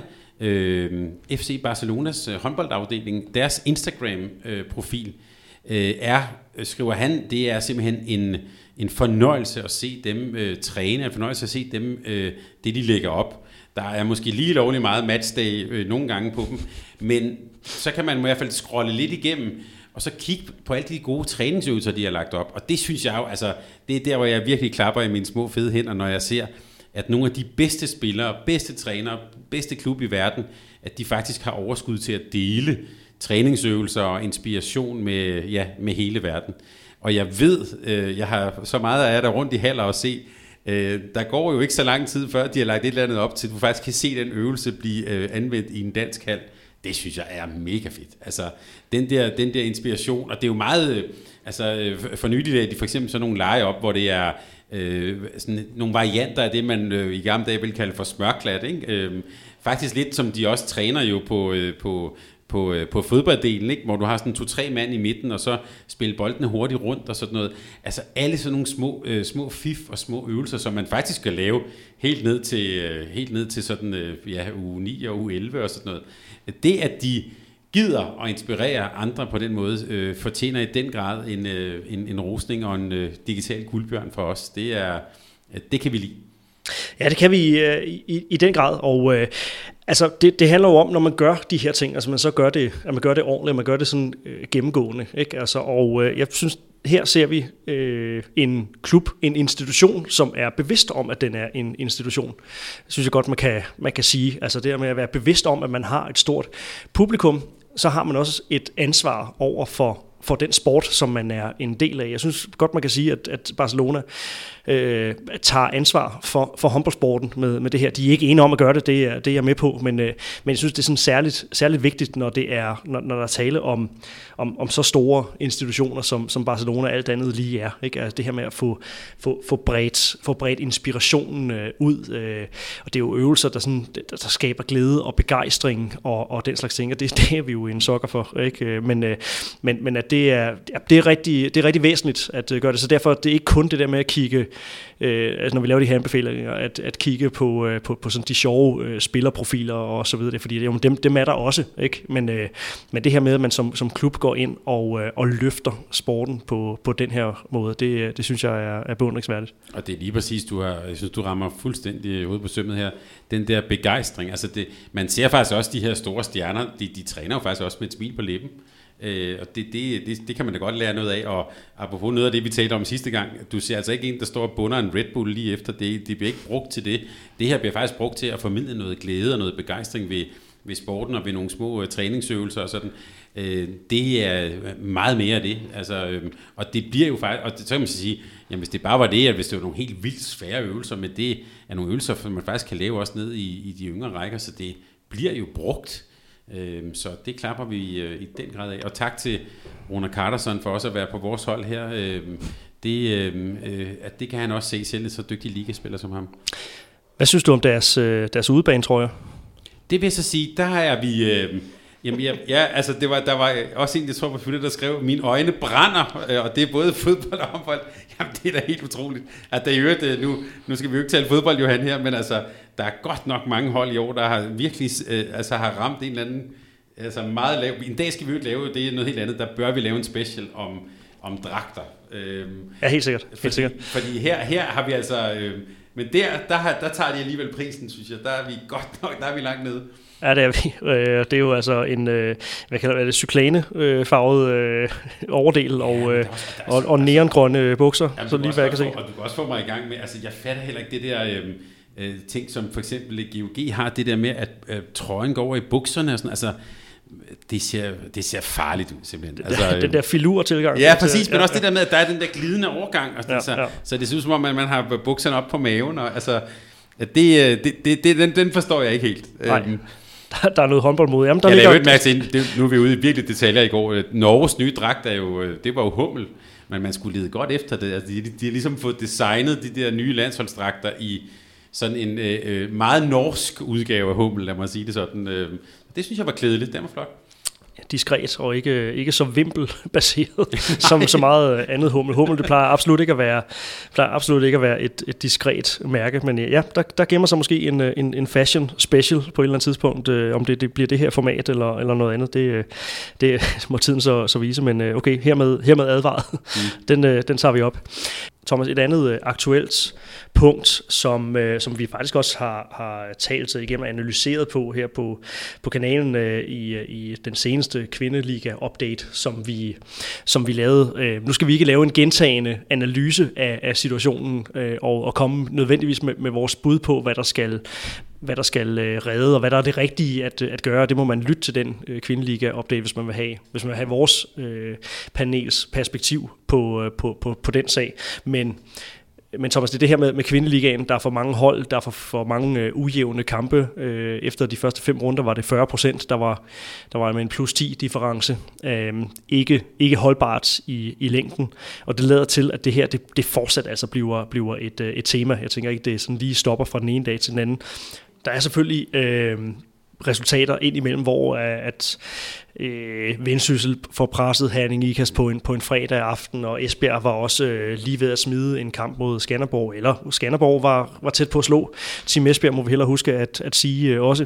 FC Barcelonas håndboldafdeling. Deres Instagram-profil skriver han, det er simpelthen en fornøjelse at se dem træne, en fornøjelse at se dem, det de lægger op. Der er måske lige lovlig meget matchday nogle gange på dem, men så kan man i hvert fald scrolle lidt igennem, og så kigge på alle de gode træningsøvelser, de har lagt op. Og det synes jeg jo, altså, det er der, hvor jeg virkelig klapper i mine små fede hænder, når jeg ser, at nogle af de bedste spillere, bedste trænere, bedste klub i verden, at de faktisk har overskud til at dele træningsøvelser og inspiration med hele verden. Og jeg ved, jeg har så meget af der rundt i haller og se, der går jo ikke så lang tid før, de har lagt et eller andet op til, du faktisk kan se den øvelse blive anvendt i en dansk hal. Det synes jeg er mega fedt. Altså, den der inspiration, og det er jo meget, for nylig af de for eksempel sådan nogle lege op, hvor det er sådan nogle varianter af det, man i gamle dage ville kalde for smørklat, ikke? Faktisk lidt som de også træner jo på fodbolddelen, ikke? Hvor du har sådan 2-3 mand i midten, og så spille boldene hurtigt rundt og sådan noget. Altså alle sådan nogle små fif og små øvelser, som man faktisk skal lave helt ned til sådan uge 9 og uge 11 og sådan noget. Det, at de gider at inspirere andre på den måde, fortjener i den grad en rosning og en digital guldbjørn for os. Det kan vi lide. Ja, det kan vi i den grad, og altså det handler jo om, når man gør de her ting, altså man så gør det, at man gør det ordentligt, man gør det sådan gennemgående, ikke? Altså, og jeg synes, her ser vi en klub, en institution, som er bevidst om, at den er en institution. Det synes jeg godt, man kan sige. Altså det med at være bevidst om, at man har et stort publikum, så har man også et ansvar over for den sport, som man er en del af. Jeg synes godt, man kan sige, at Barcelona tager ansvar for håndboldsporten med det her. De er ikke enige om at gøre det, det er jeg med på, men jeg synes, det er sådan særligt vigtigt, når der er tale om så store institutioner, som Barcelona alt andet lige er. Ikke? Altså det her med at få bredt inspirationen ud, og det er jo øvelser, der skaber glæde og begejstring og den slags ting, og det er vi jo en sokker for. Ikke? Men at det er rigtig væsentligt at gøre det. Så derfor det er ikke kun det der med at kigge, altså når vi laver de her anbefalinger, at kigge på sådan de sjove spillerprofiler og så videre, fordi dem er der også, ikke? Men det her med, at man som klub går ind og løfter sporten på den her måde, det synes jeg er beundringsværdigt. Og det er lige præcis, jeg synes, du rammer fuldstændig ude på sømmet her. Den der begejstring, altså man ser faktisk også de her store stjerner, de træner jo faktisk også med et smil på læben. Og det kan man da godt lære noget af. Og apropos noget af det, vi talte om sidste gang, du ser altså ikke en, der står og bunder en Red Bull lige efter det. Det bliver ikke brugt til det. Det her bliver faktisk brugt til at formidle noget glæde og noget begejstring ved sporten og ved nogle små træningsøvelser og sådan. Det er meget mere af det. Altså, og det bliver jo faktisk, og så kan man sige, jamen hvis det bare var det, at hvis det var nogle helt vildt svære øvelser, men det er nogle øvelser, som man faktisk kan lave også ned i de yngre rækker, så det bliver jo brugt. Så det klapper vi i den grad af. Og tak til Rúnar Carterson for også at være på vores hold her. At det kan han også se selv, så dygtig ligaspiller som ham. Hvad synes du om deres udebane, tror jeg? Det vil jeg så sige, der er vi... altså der var også en, jeg tror på Twitter, der skrev, mine øjne brænder, og det er både fodbold og håndbold. Jamen det er da helt utroligt. At der i øvrigt, nu skal vi jo ikke tale fodbold, Johan, her, men altså, der er godt nok mange hold i år, der har virkelig har ramt en eller anden, altså meget lav. En dag skal vi jo ikke lave, det er noget helt andet, der bør vi lave en special om dragter. Ja, helt sikkert. Fordi her har vi altså, men der tager de alligevel prisen, synes jeg. Der er vi godt nok, der er vi langt nede. Ja, det er vi. Det er jo altså en, hvad kalder det, cyklane-farvet overdel og neongrønne bukser, jamen, så lige hvad jeg kan se. Og du kan også få mig i gang med, altså jeg fatter heller ikke det der ting, som for eksempel GOG har, det der med, at trøjen går over i bukserne og sådan, altså det ser farligt ud simpelthen. Altså, den der filur-tilgang. Ja, præcis, men også det der med, at der er den der glidende overgang, og sådan, så det synes som om, at man har bukserne op på maven, og altså, den forstår jeg ikke helt. Nej. Der er noget håndbold mod. Jamen, jeg lavede et mærke til, nu er vi ude i virkelig detaljer i går. Norges nye dragt det var jo Hummel, men man skulle lide godt efter det. Altså, de har ligesom fået designet de der nye landsholdsdragter i sådan en meget norsk udgave af Hummel, lad mig sige det sådan. Det synes jeg var klædeligt, det var flot. Diskret og ikke så vimpelbaseret som så meget andet Hummel. Hummel, det plejer absolut ikke at være et diskret mærke, men ja, der gemmer sig måske en fashion special på et eller andet tidspunkt, om det bliver det her format eller noget andet. Det må tiden så vise, men okay, hermed advaret. Den tager vi op. Thomas, et andet aktuelt punkt, som vi faktisk også har talt igennem og analyseret på her på kanalen i den seneste kvindeliga-update, som vi lavede. Nu skal vi ikke lave en gentagende analyse af situationen og komme nødvendigvis med vores bud på, hvad der skal redde, og hvad der er det rigtige at gøre. Det må man lytte til den kvindeliga-update, hvis man vil have vores panels perspektiv på den sag. Men Thomas, det er det her med kvindeligaen. Der er for mange hold, der er for mange ujævne kampe. Efter de første 5 runder var det 40%. Der var med en plus 10 difference. Ikke holdbart i længden. Og det lader til, at det her det fortsat altså bliver et tema. Jeg tænker ikke, det sådan lige stopper fra den ene dag til den anden. Der er selvfølgelig resultater ind imellem, hvor at Vendsyssel får presset Herning Ikast på en fredag aften, og Esbjerg var også lige ved at smide en kamp mod Skanderborg, eller Skanderborg var tæt på at slå. Team Esbjerg må vi hellere huske at sige også.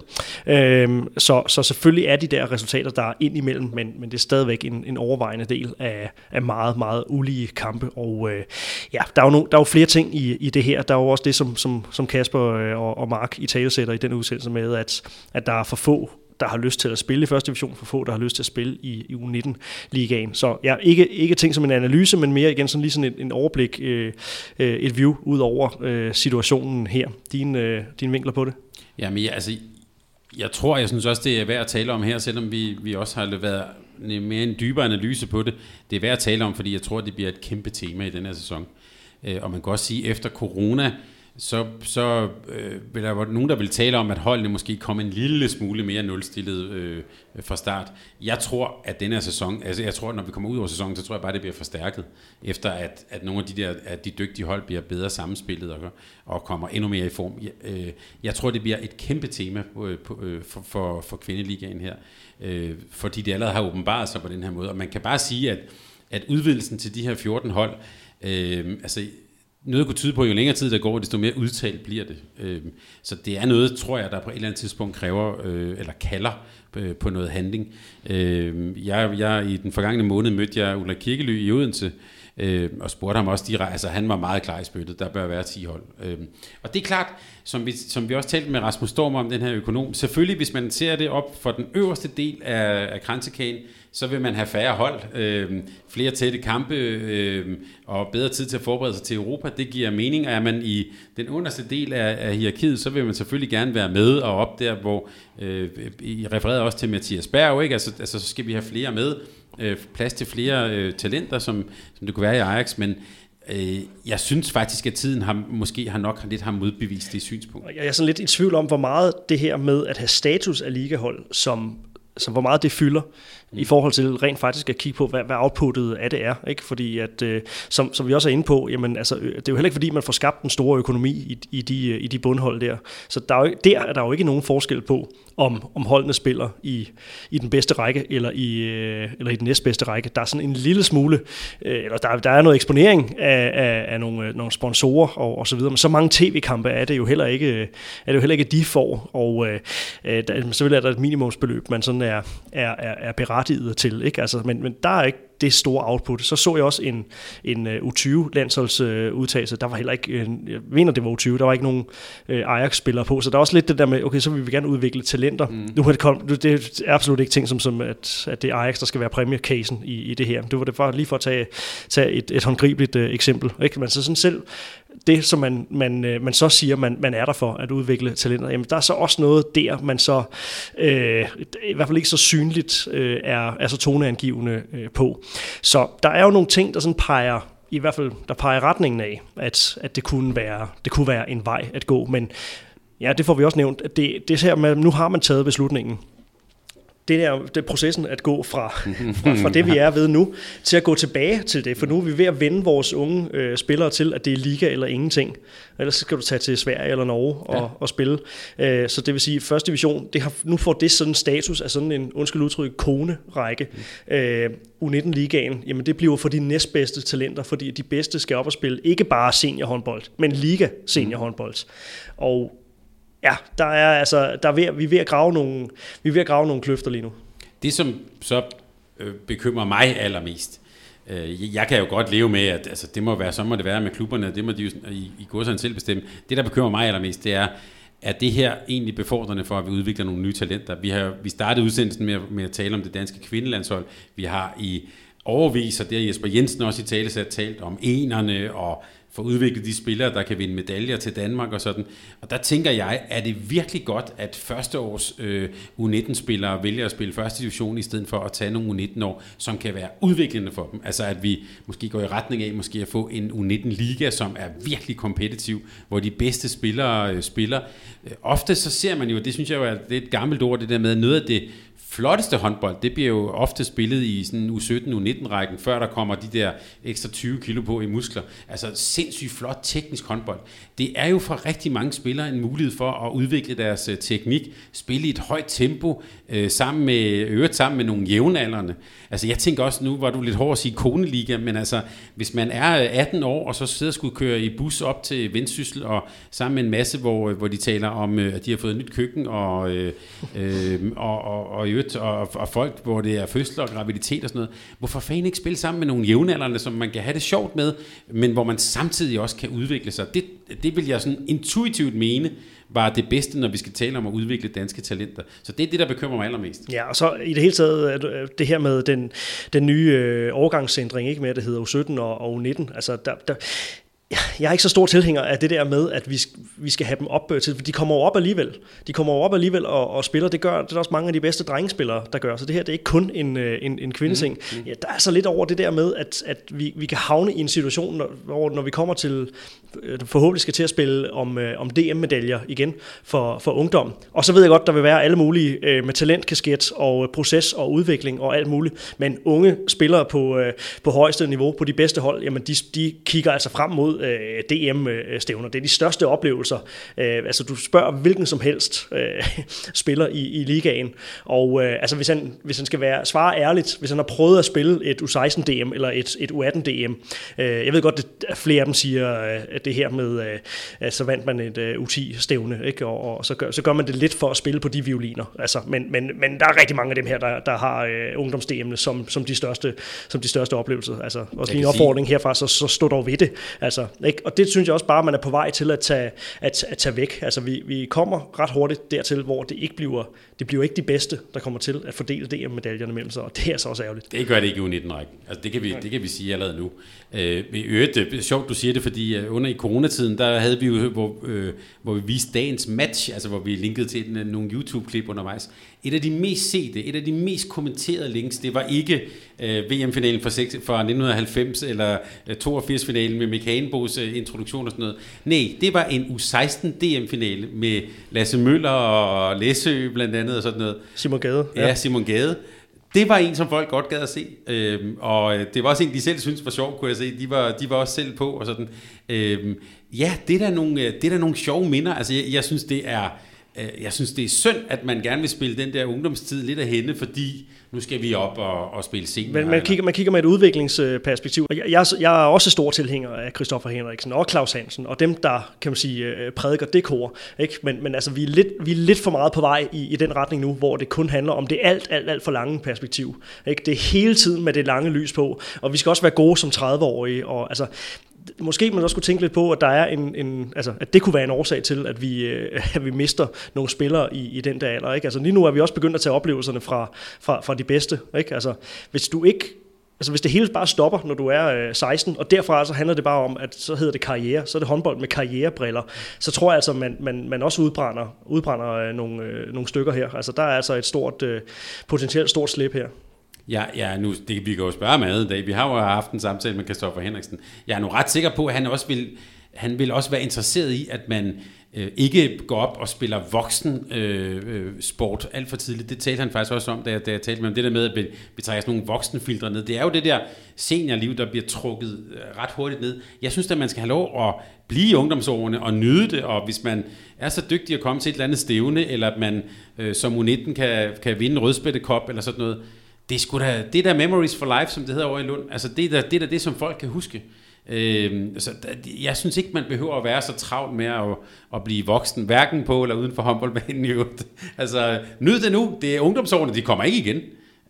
Så selvfølgelig er de der resultater, der er ind imellem, men det er stadigvæk en overvejende del af meget, meget ulige kampe, og ja, der er jo flere ting i det her. Der er jo også det, som Kasper og Mark i talesætter i den udsendelse med, at der er for få, der har lyst til at spille i første division, for få, der har lyst til at spille i U19-ligaen. Så ja, ikke ting som en analyse, men mere igen sådan lige sådan en overblik, et view ud over situationen her. Din vinkler på det? Jamen, jeg synes også, det er værd at tale om her, selvom vi også har været mere en dybere analyse på det. Det er værd at tale om, fordi jeg tror, det bliver et kæmpe tema i den her sæson. Og man kan også sige, efter corona, så vil der være nogen, der vil tale om, at holdene måske kommer en lille smule mere nulstillet fra start. Jeg tror, at denne sæson, altså jeg tror, at når vi kommer ud over sæsonen, så tror jeg bare, det bliver forstærket, efter at nogle af de dygtige hold bliver bedre sammenspillet og kommer endnu mere i form. Jeg tror, det bliver et kæmpe tema for kvindeligaen her, fordi det allerede har åbenbaret sig på den her måde, og man kan bare sige, at udvidelsen til de her 14 hold, altså noget kunne tyde på, jo længere tid der går, desto mere udtalt bliver det. Så det er noget, tror jeg, der på et eller andet tidspunkt kræver, eller kalder på noget handling. Jeg i den forgangne måned mødte jeg Ulrik Kirkely i Odense, og spurgte ham også direkte, altså han var meget klar i spyttet, der bør være 10 hold. Og det er klart, som vi også talte med Rasmus Storm om, den her økonom, selvfølgelig hvis man ser det op for den øverste del af kransekagen, så vil man have færre hold, flere tætte kampe og bedre tid til at forberede sig til Europa. Det giver mening, og er man i den underste del af hierarkiet, så vil man selvfølgelig gerne være med og op der, hvor I refererede også til Mathias Berg, ikke? Altså så skal vi have flere med, plads til flere talenter, som det kunne være i Ajax, men jeg synes faktisk, at tiden måske har lidt modbevist det synspunkt. Jeg er sådan lidt i tvivl om, hvor meget det her med at have status af ligahold, som hvor meget det fylder i forhold til rent faktisk at kigge på, hvad outputtet af det er. Ikke? Fordi at, som vi også er inde på, jamen, altså, det er jo heller ikke fordi, man får skabt en stor økonomi i de bundhold der. Så der er der jo ikke nogen forskel på, om holdene spiller i den bedste række eller i den næstbedste række. Der er sådan en lille smule, eller der er noget eksponering af nogle sponsorer og så videre, men så mange tv-kampe er det jo heller ikke de får, og selvfølgelig er der et minimumsbeløb, man sådan er berettiget til, ikke? Altså, men der er ikke det store output. Så jeg også en U20-landsholdsudtagelse. Der var heller ikke, jeg mener det var U20, der var ikke nogen Ajax-spillere på, så der er også lidt det der med, okay, så vil vi gerne udvikle talenter. Det er absolut ikke ting som at det er Ajax, der skal være præmiecasen i det her. Det var det bare lige for at tage et håndgribeligt eksempel. Ikke? Men så sådan selv det, som man så siger, man er der for at udvikle talenter, jamen der er så også noget der, man så i hvert fald ikke så synligt er så toneangivende på. Så der er jo nogle ting, der sådan peger retningen af, at det kunne være en vej at gå, men ja, det får vi også nævnt, at det her med, nu har man taget beslutningen. Det er processen at gå fra det, vi er ved nu, til at gå tilbage til det. For nu er vi ved at vende vores unge spillere til, at det er liga eller ingenting. Ellers skal du tage til Sverige eller Norge og spille. Så det vil sige, at første division, nu får det sådan en status af sådan en, undskyld udtryk, konerække. U19-ligaen, jamen det bliver for de næstbedste talenter, fordi de bedste skal op og spille ikke bare seniorhåndbold, men liga seniorhåndbold. Og ja, vi er ved at grave nogle kløfter lige nu. Det som så bekymrer mig allermest, jeg kan jo godt leve med, at altså, det må være, så må det være med klubberne, det må de jo i godserne selv bestemme. Det der bekymrer mig allermest, det er det her egentlig befordrende for, at vi udvikler nogle nye talenter. Vi startede udsendelsen med at tale om det danske kvindelandshold. Vi har i overvis, og det har Jesper Jensen også i talesat talt om enerne og for udviklet de spillere, der kan vinde medaljer til Danmark og sådan. Og der tænker jeg, er det virkelig godt, at førsteårs U19-spillere vælger at spille første division, i stedet for at tage nogle U19-år, som kan være udviklende for dem. Altså at vi måske går i retning af måske at få en U19-liga, som er virkelig kompetitiv, hvor de bedste spillere spiller. Ofte så ser man jo, det synes jeg jo er et gammelt ord, det der med noget af det flotteste håndbold, det bliver jo ofte spillet i sådan U17, U19-rækken, før der kommer de der ekstra 20 kilo på i muskler. Altså sindssygt flot teknisk håndbold. Det er jo for rigtig mange spillere en mulighed for at udvikle deres teknik, spille i et højt tempo, sammen med nogle jævnaldrende. Altså jeg tænker også, nu var du lidt hård at sige koneliga, men altså hvis man er 18 år, og så sidder og skulle køre i bus op til Vendsyssel, og sammen med en masse, hvor de taler om, at de har fået et nyt køkken, og folk, hvor det er fødsler og graviditet og sådan noget. Hvorfor fanden ikke spille sammen med nogle jævnaldrende, som man kan have det sjovt med, men hvor man samtidig også kan udvikle sig? Det vil jeg sådan intuitivt mene var det bedste, når vi skal tale om at udvikle danske talenter. Så det er det, der bekymrer mig allermest. Ja, og så i det hele taget, det her med den nye overgangsændring, ikke med, det hedder U17 og U19, altså Jeg er ikke så stor tilhænger af det der med, at vi skal have dem op til, for de kommer jo op alligevel. De kommer jo op alligevel og spiller. Det er der også mange af de bedste drengespillere, der gør. Så det her, det er ikke kun en kvindesing. Ja, der er så lidt over det der med, at vi kan havne i en situation, hvor når vi kommer til, forhåbentlig skal til at spille om DM-medaljer igen for ungdom. Og så ved jeg godt, der vil være alle mulige med talentkasket og proces og udvikling og alt muligt. Men unge spillere på højeste niveau, på de bedste hold, jamen de kigger altså frem mod DM-stævner. Det er de største oplevelser. Altså du spørger hvilken som helst spiller i ligaen, og altså hvis han skal svare ærligt, hvis han har prøvet at spille et U16-DM eller et U18-DM. Jeg ved godt, at flere af dem siger det her med, at så vandt man et U10-stævne, ikke? Og så gør man det lidt for at spille på de violiner. Altså, men der er rigtig mange af dem her, der har ungdoms-DM'ene som de største oplevelser. Altså, også lige en opfordring herfra, så stå dog ved det. Altså, ikke? Og det synes jeg også bare, man er på vej til at tage væk. Altså, vi kommer ret hurtigt dertil, hvor det bliver ikke de bedste, der kommer til at fordele DM-medaljerne mellem sig, og det er så også ærgerligt. Det gør det ikke i U19-rækken. Altså, det kan vi sige allerede nu. I øvrigt, det er sjovt, du siger det, fordi under i coronatiden, der havde vi jo, hvor vi viste dagens match, altså hvor vi linkede til nogle YouTube-klip undervejs. Et af de mest sete, et af de mest kommenterede links, det var ikke VM-finalen fra 1990 eller 82-finalen med Mick Hagenbos introduktion og sådan noget. Nej, det var en U16 DM-finale med Lasse Møller og Læsø blandt andet og sådan noget. Simon Gade. Ja, Simon Gade. Det var en, som folk godt gad at se, og det var også en, de selv synes var sjov, kunne jeg se. De var også selv på og sådan. Ja, det er da nogle sjove minder. Altså, jeg synes, det er synd, at man gerne vil spille den der ungdomstid lidt af hende, fordi nu skal vi op og spille scenen. Men man kigger med et udviklingsperspektiv. Jeg er også stor tilhænger af Christoffer Henriksen og Claus Hansen, og dem, der kan man sige prædiker det kor. Ikke? Men altså, vi er lidt for meget på vej i den retning nu, hvor det kun handler om det alt for lange perspektiv. Ikke? Det er hele tiden med det lange lys på, og vi skal også være gode som 30-årige, og altså måske man også skulle tænke lidt på, at der er altså, at det kunne være en årsag til, at vi mister nogle spillere i den der alder. Ikke? Altså, lige nu er vi også begyndt at tage oplevelserne fra de bedste. Ikke? Altså, hvis det hele bare stopper, når du er 16, og derfra så handler det bare om, at så hedder det karriere, så er det håndbold med karrierebriller, så tror jeg altså, man også udbrænder nogle stykker her. Altså, der er altså et potentielt stort slip her. Ja, nu, vi kan jo spørge om andet dag. Vi har jo haft en samtale med Christoffer Henriksen. Jeg er nu ret sikker på, at han vil også være interesseret i, at man ikke går op og spiller voksen sport alt for tidligt. Det talte han faktisk også om, da jeg talte med ham. Det der med, at vi trækker sådan nogle voksenfiltre ned. Det er jo det der seniorliv, der bliver trukket ret hurtigt ned. Jeg synes, at man skal have lov at blive i ungdomsårene og nyde det, og hvis man er så dygtig at komme til et eller andet stævne, eller at man som U19 kan vinde en rødspættekop eller sådan noget, det er der memories for life, som det hedder over i Lund. Altså det er det, som folk kan huske. Så jeg synes ikke, man behøver at være så travlt med at blive voksen, hverken på eller uden for håndboldbanen i øvrigt. Altså, nyd det nu. Det er ungdomsårene, de kommer ikke igen.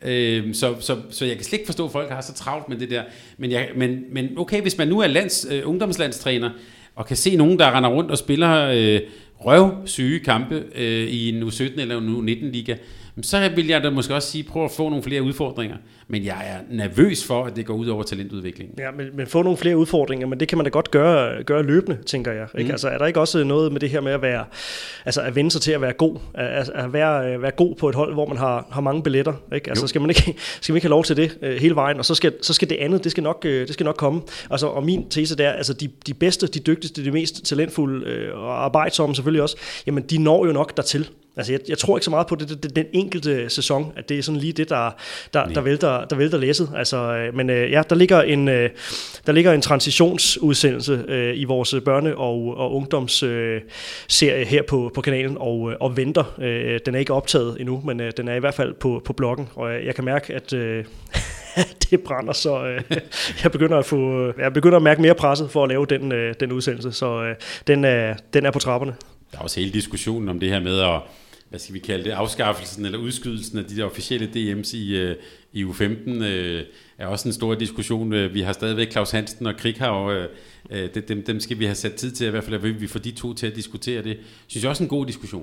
Så jeg kan slet ikke forstå, at folk har så travlt med det der. Men okay, hvis man nu er ungdomslandstræner, og kan se nogen, der render rundt og spiller røvsyge kampe i en U17 eller en U19-liga, så vil jeg da måske også sige, prøv at få nogle flere udfordringer. Men jeg er nervøs for, at det går ud over talentudviklingen. Ja, men få nogle flere udfordringer, men det kan man da godt gøre løbende, tænker jeg. Ikke? Altså, er der ikke også noget med det her med at være, altså at vende sig til at være god, at være god på et hold, hvor man har mange billetter, ikke? Altså, skal man ikke have lov til det hele vejen, og så skal det andet, det skal nok komme. Altså, og min tese der, altså de bedste, de dygtigste, de mest talentfulde og arbejdsomme selvfølgelig også, jamen de når jo nok dertil. Altså, jeg tror ikke så meget på den enkelte sæson, at det er sådan lige det, der vælter læsset. Altså, men ja, der ligger en transitionsudsendelse i vores børne- og ungdomsserie her på kanalen og venter. Den er ikke optaget endnu, men den er i hvert fald på bloggen, og jeg kan mærke, at det brænder, så jeg begynder at mærke mere presset for at lave den udsendelse, så den er på trapperne. Der er også hele diskussionen om det her med at, hvad skal vi kalde det, afskaffelsen eller udskydelsen af de der officielle DM's i U15 er også en stor diskussion. Vi har stadigvæk Claus Hansen og Krighav, dem skal vi have sat tid til, i hvert fald at vi får de to til at diskutere det. Synes jeg også en god diskussion,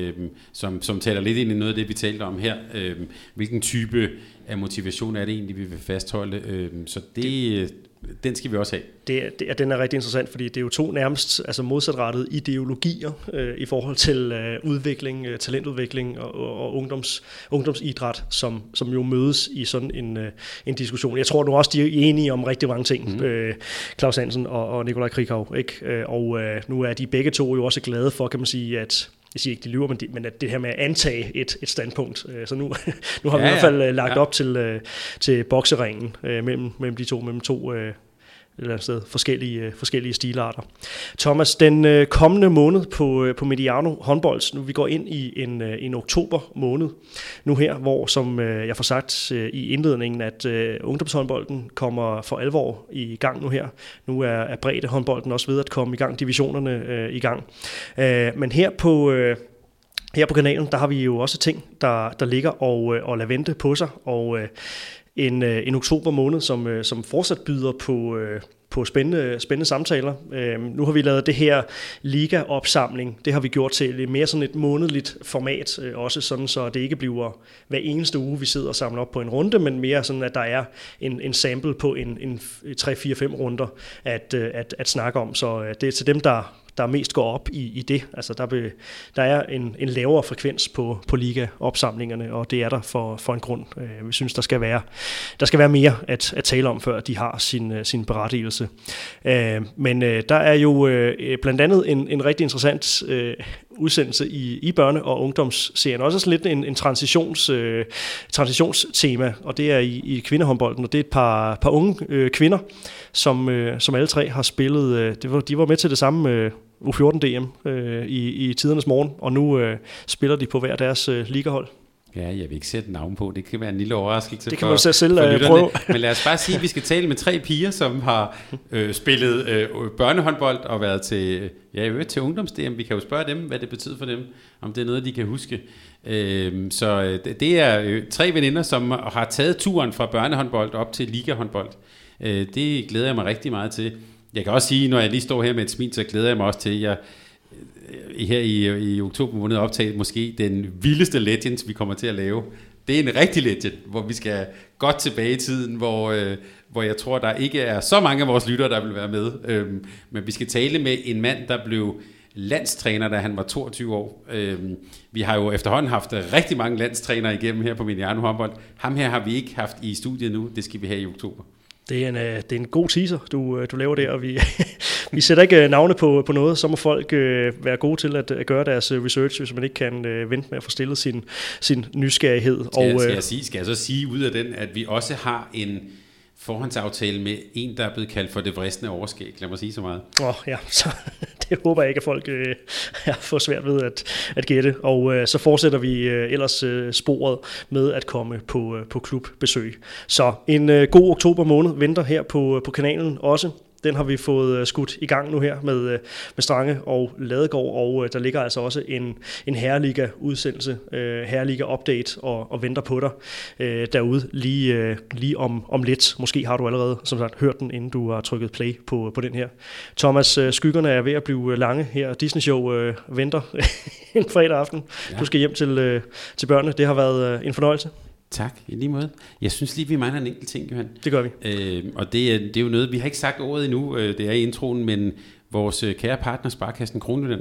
som taler lidt ind i noget af det, vi talte om her. Hvilken type af motivation er det egentlig, vi vil fastholde? Så den skal vi også have. Den er rigtig interessant, fordi det er jo to nærmest modsatrettede ideologier i forhold til udvikling, talentudvikling og ungdomsidræt, som jo mødes i sådan en diskussion. Jeg tror nu også, de er enige om rigtig mange ting, Claus Hansen og Nikolaj Krikau, ikke? Og nu er de begge to jo også glade for, kan man sige, at jeg siger ikke, de lyver, men at det her med at antage et standpunkt. Så nu har vi i hvert fald lagt op til bokseringen mellem de to, et eller andet sted, forskellige stilarter. Thomas, den kommende måned på Mediano håndbold, nu vi går ind i en oktober måned nu her, hvor, som jeg får sagt i indledningen, at ungdomshåndbolden kommer for alvor i gang nu her. Nu er breddehåndbolden også ved at komme i gang, divisionerne i gang. Men her på kanalen, der har vi jo også ting, der ligger og lader vente på sig, og en oktober måned, som fortsat byder på spændende samtaler. Nu har vi lavet det her liga-opsamling. Det har vi gjort til mere sådan et månedligt format, også sådan, så det ikke bliver hver eneste uge, vi sidder og samler op på en runde, men mere sådan, at der er en sample på en 3-4-5 runder at snakke om. Så det er til dem, der mest går op i det. Altså der er en lavere frekvens på liga-opsamlingerne, og det er der for en grund. Vi synes, der skal være mere at tale om, før de har sin berettigelse. Men der er jo blandt andet en rigtig interessant udsendelse i børne- og ungdomsserien. Også sådan lidt en transitionstema, og det er i kvindehåndbolden, og det er et par unge kvinder, som alle tre har spillet. De var med til det samme U14-DM i tidernes morgen, og nu spiller de på hver deres ligahold. Ja, jeg vil ikke sætte navn på. Det kan være en lille overraskelse. Det kan man selv prøve. Men lad os bare sige, at vi skal tale med 3 piger, som har spillet børnehåndbold og været til ungdoms-DM. Vi kan jo spørge dem, hvad det betyder for dem, om det er noget, de kan huske. Så det er 3 veninder, som har taget turen fra børnehåndbold op til ligahåndbold. Det glæder jeg mig rigtig meget til. Jeg kan også sige, når jeg lige står her med et smil, så glæder jeg mig også til, her i oktober måned optaget måske den vildeste Legends, vi kommer til at lave. Det er en rigtig legend, hvor vi skal godt tilbage i tiden, hvor jeg tror, der ikke er så mange af vores lyttere, der vil være med. Men vi skal tale med en mand, der blev landstræner, da han var 22 år. Vi har jo efterhånden haft rigtig mange landstrænere igennem her på Mediano håndbold. Ham her har vi ikke haft i studiet nu, det skal vi have i oktober. Det er en god teaser, du laver der, og vi sætter ikke navne på noget, så må folk være gode til at gøre deres research, hvis man ikke kan vente med at få stillet sin nysgerrighed. Skal jeg så sige ud af den, at vi også har en forhåndsaftale med en, der er blevet kaldt for det vristende overskæg. Lad mig sige så meget. Ja, så det håber jeg ikke, at folk får svært ved at gætte. Og så fortsætter vi ellers sporet med at komme på klubbesøg. Så en god oktober måned venter her på kanalen også. Den har vi fået skudt i gang nu her med Strange og Ladegaard, og der ligger altså også en Herreliga-udsendelse, Herreliga-update og venter på dig derude lige om lidt. Måske har du allerede, som sagt, hørt den, inden du har trykket play på den her. Thomas, skyggerne er ved at blive lange her. Disney-show venter en fredag aften. Ja. Du skal hjem til børnene. Det har været en fornøjelse. Tak, i lige måde. Jeg synes lige, vi mangler en enkelt ting, Johan. Det gør vi. Og det er jo noget, vi har ikke sagt ordet endnu, det er i introen, men vores kære partner, Sparekassen Kronjylland,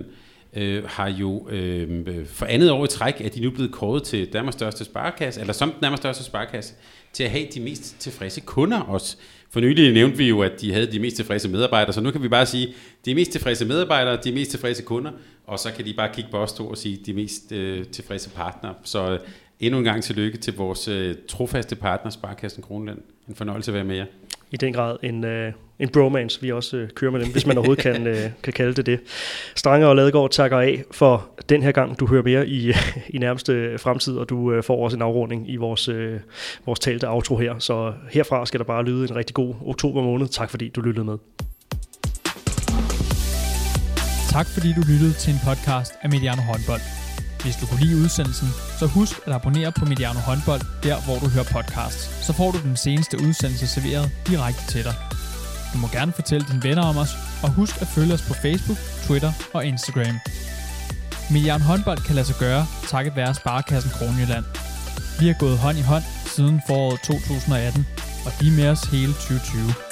har jo for andet år i træk, at de nu er blevet kåret til Danmarks største sparekasse, eller som Danmarks største sparekasse, til at have de mest tilfredse kunder også. For nylig nævnte vi jo, at de havde de mest tilfredse medarbejdere, så nu kan vi bare sige, de mest tilfredse medarbejdere, de mest tilfredse kunder, og så kan de bare kigge på os to og sige, de mest tilfredse partnere. Så endnu en gang tillykke til vores trofaste partner, Sparekassen Kronjylland. En fornøjelse at være med jer. I den grad en bromance, vi også kører med dem, hvis man overhovedet kan kalde det. Strange og Ladegaard takker af for den her gang. Du hører mere i nærmeste fremtid, og du får også en afrunding i vores talte outro her. Så herfra skal der bare lyde en rigtig god oktober måned. Tak fordi du lyttede med. Tak fordi du lyttede til en podcast af Mediano Håndbold. Hvis du kunne lide udsendelsen, så husk at abonnere på Mediano Håndbold, der hvor du hører podcasts. Så får du den seneste udsendelse serveret direkte til dig. Du må gerne fortælle dine venner om os, og husk at følge os på Facebook, Twitter og Instagram. Mediano Håndbold kan lade sig gøre, takket være Sparekassen Kronjylland. Vi har gået hånd i hånd siden foråret 2018, og de er med os hele 2020.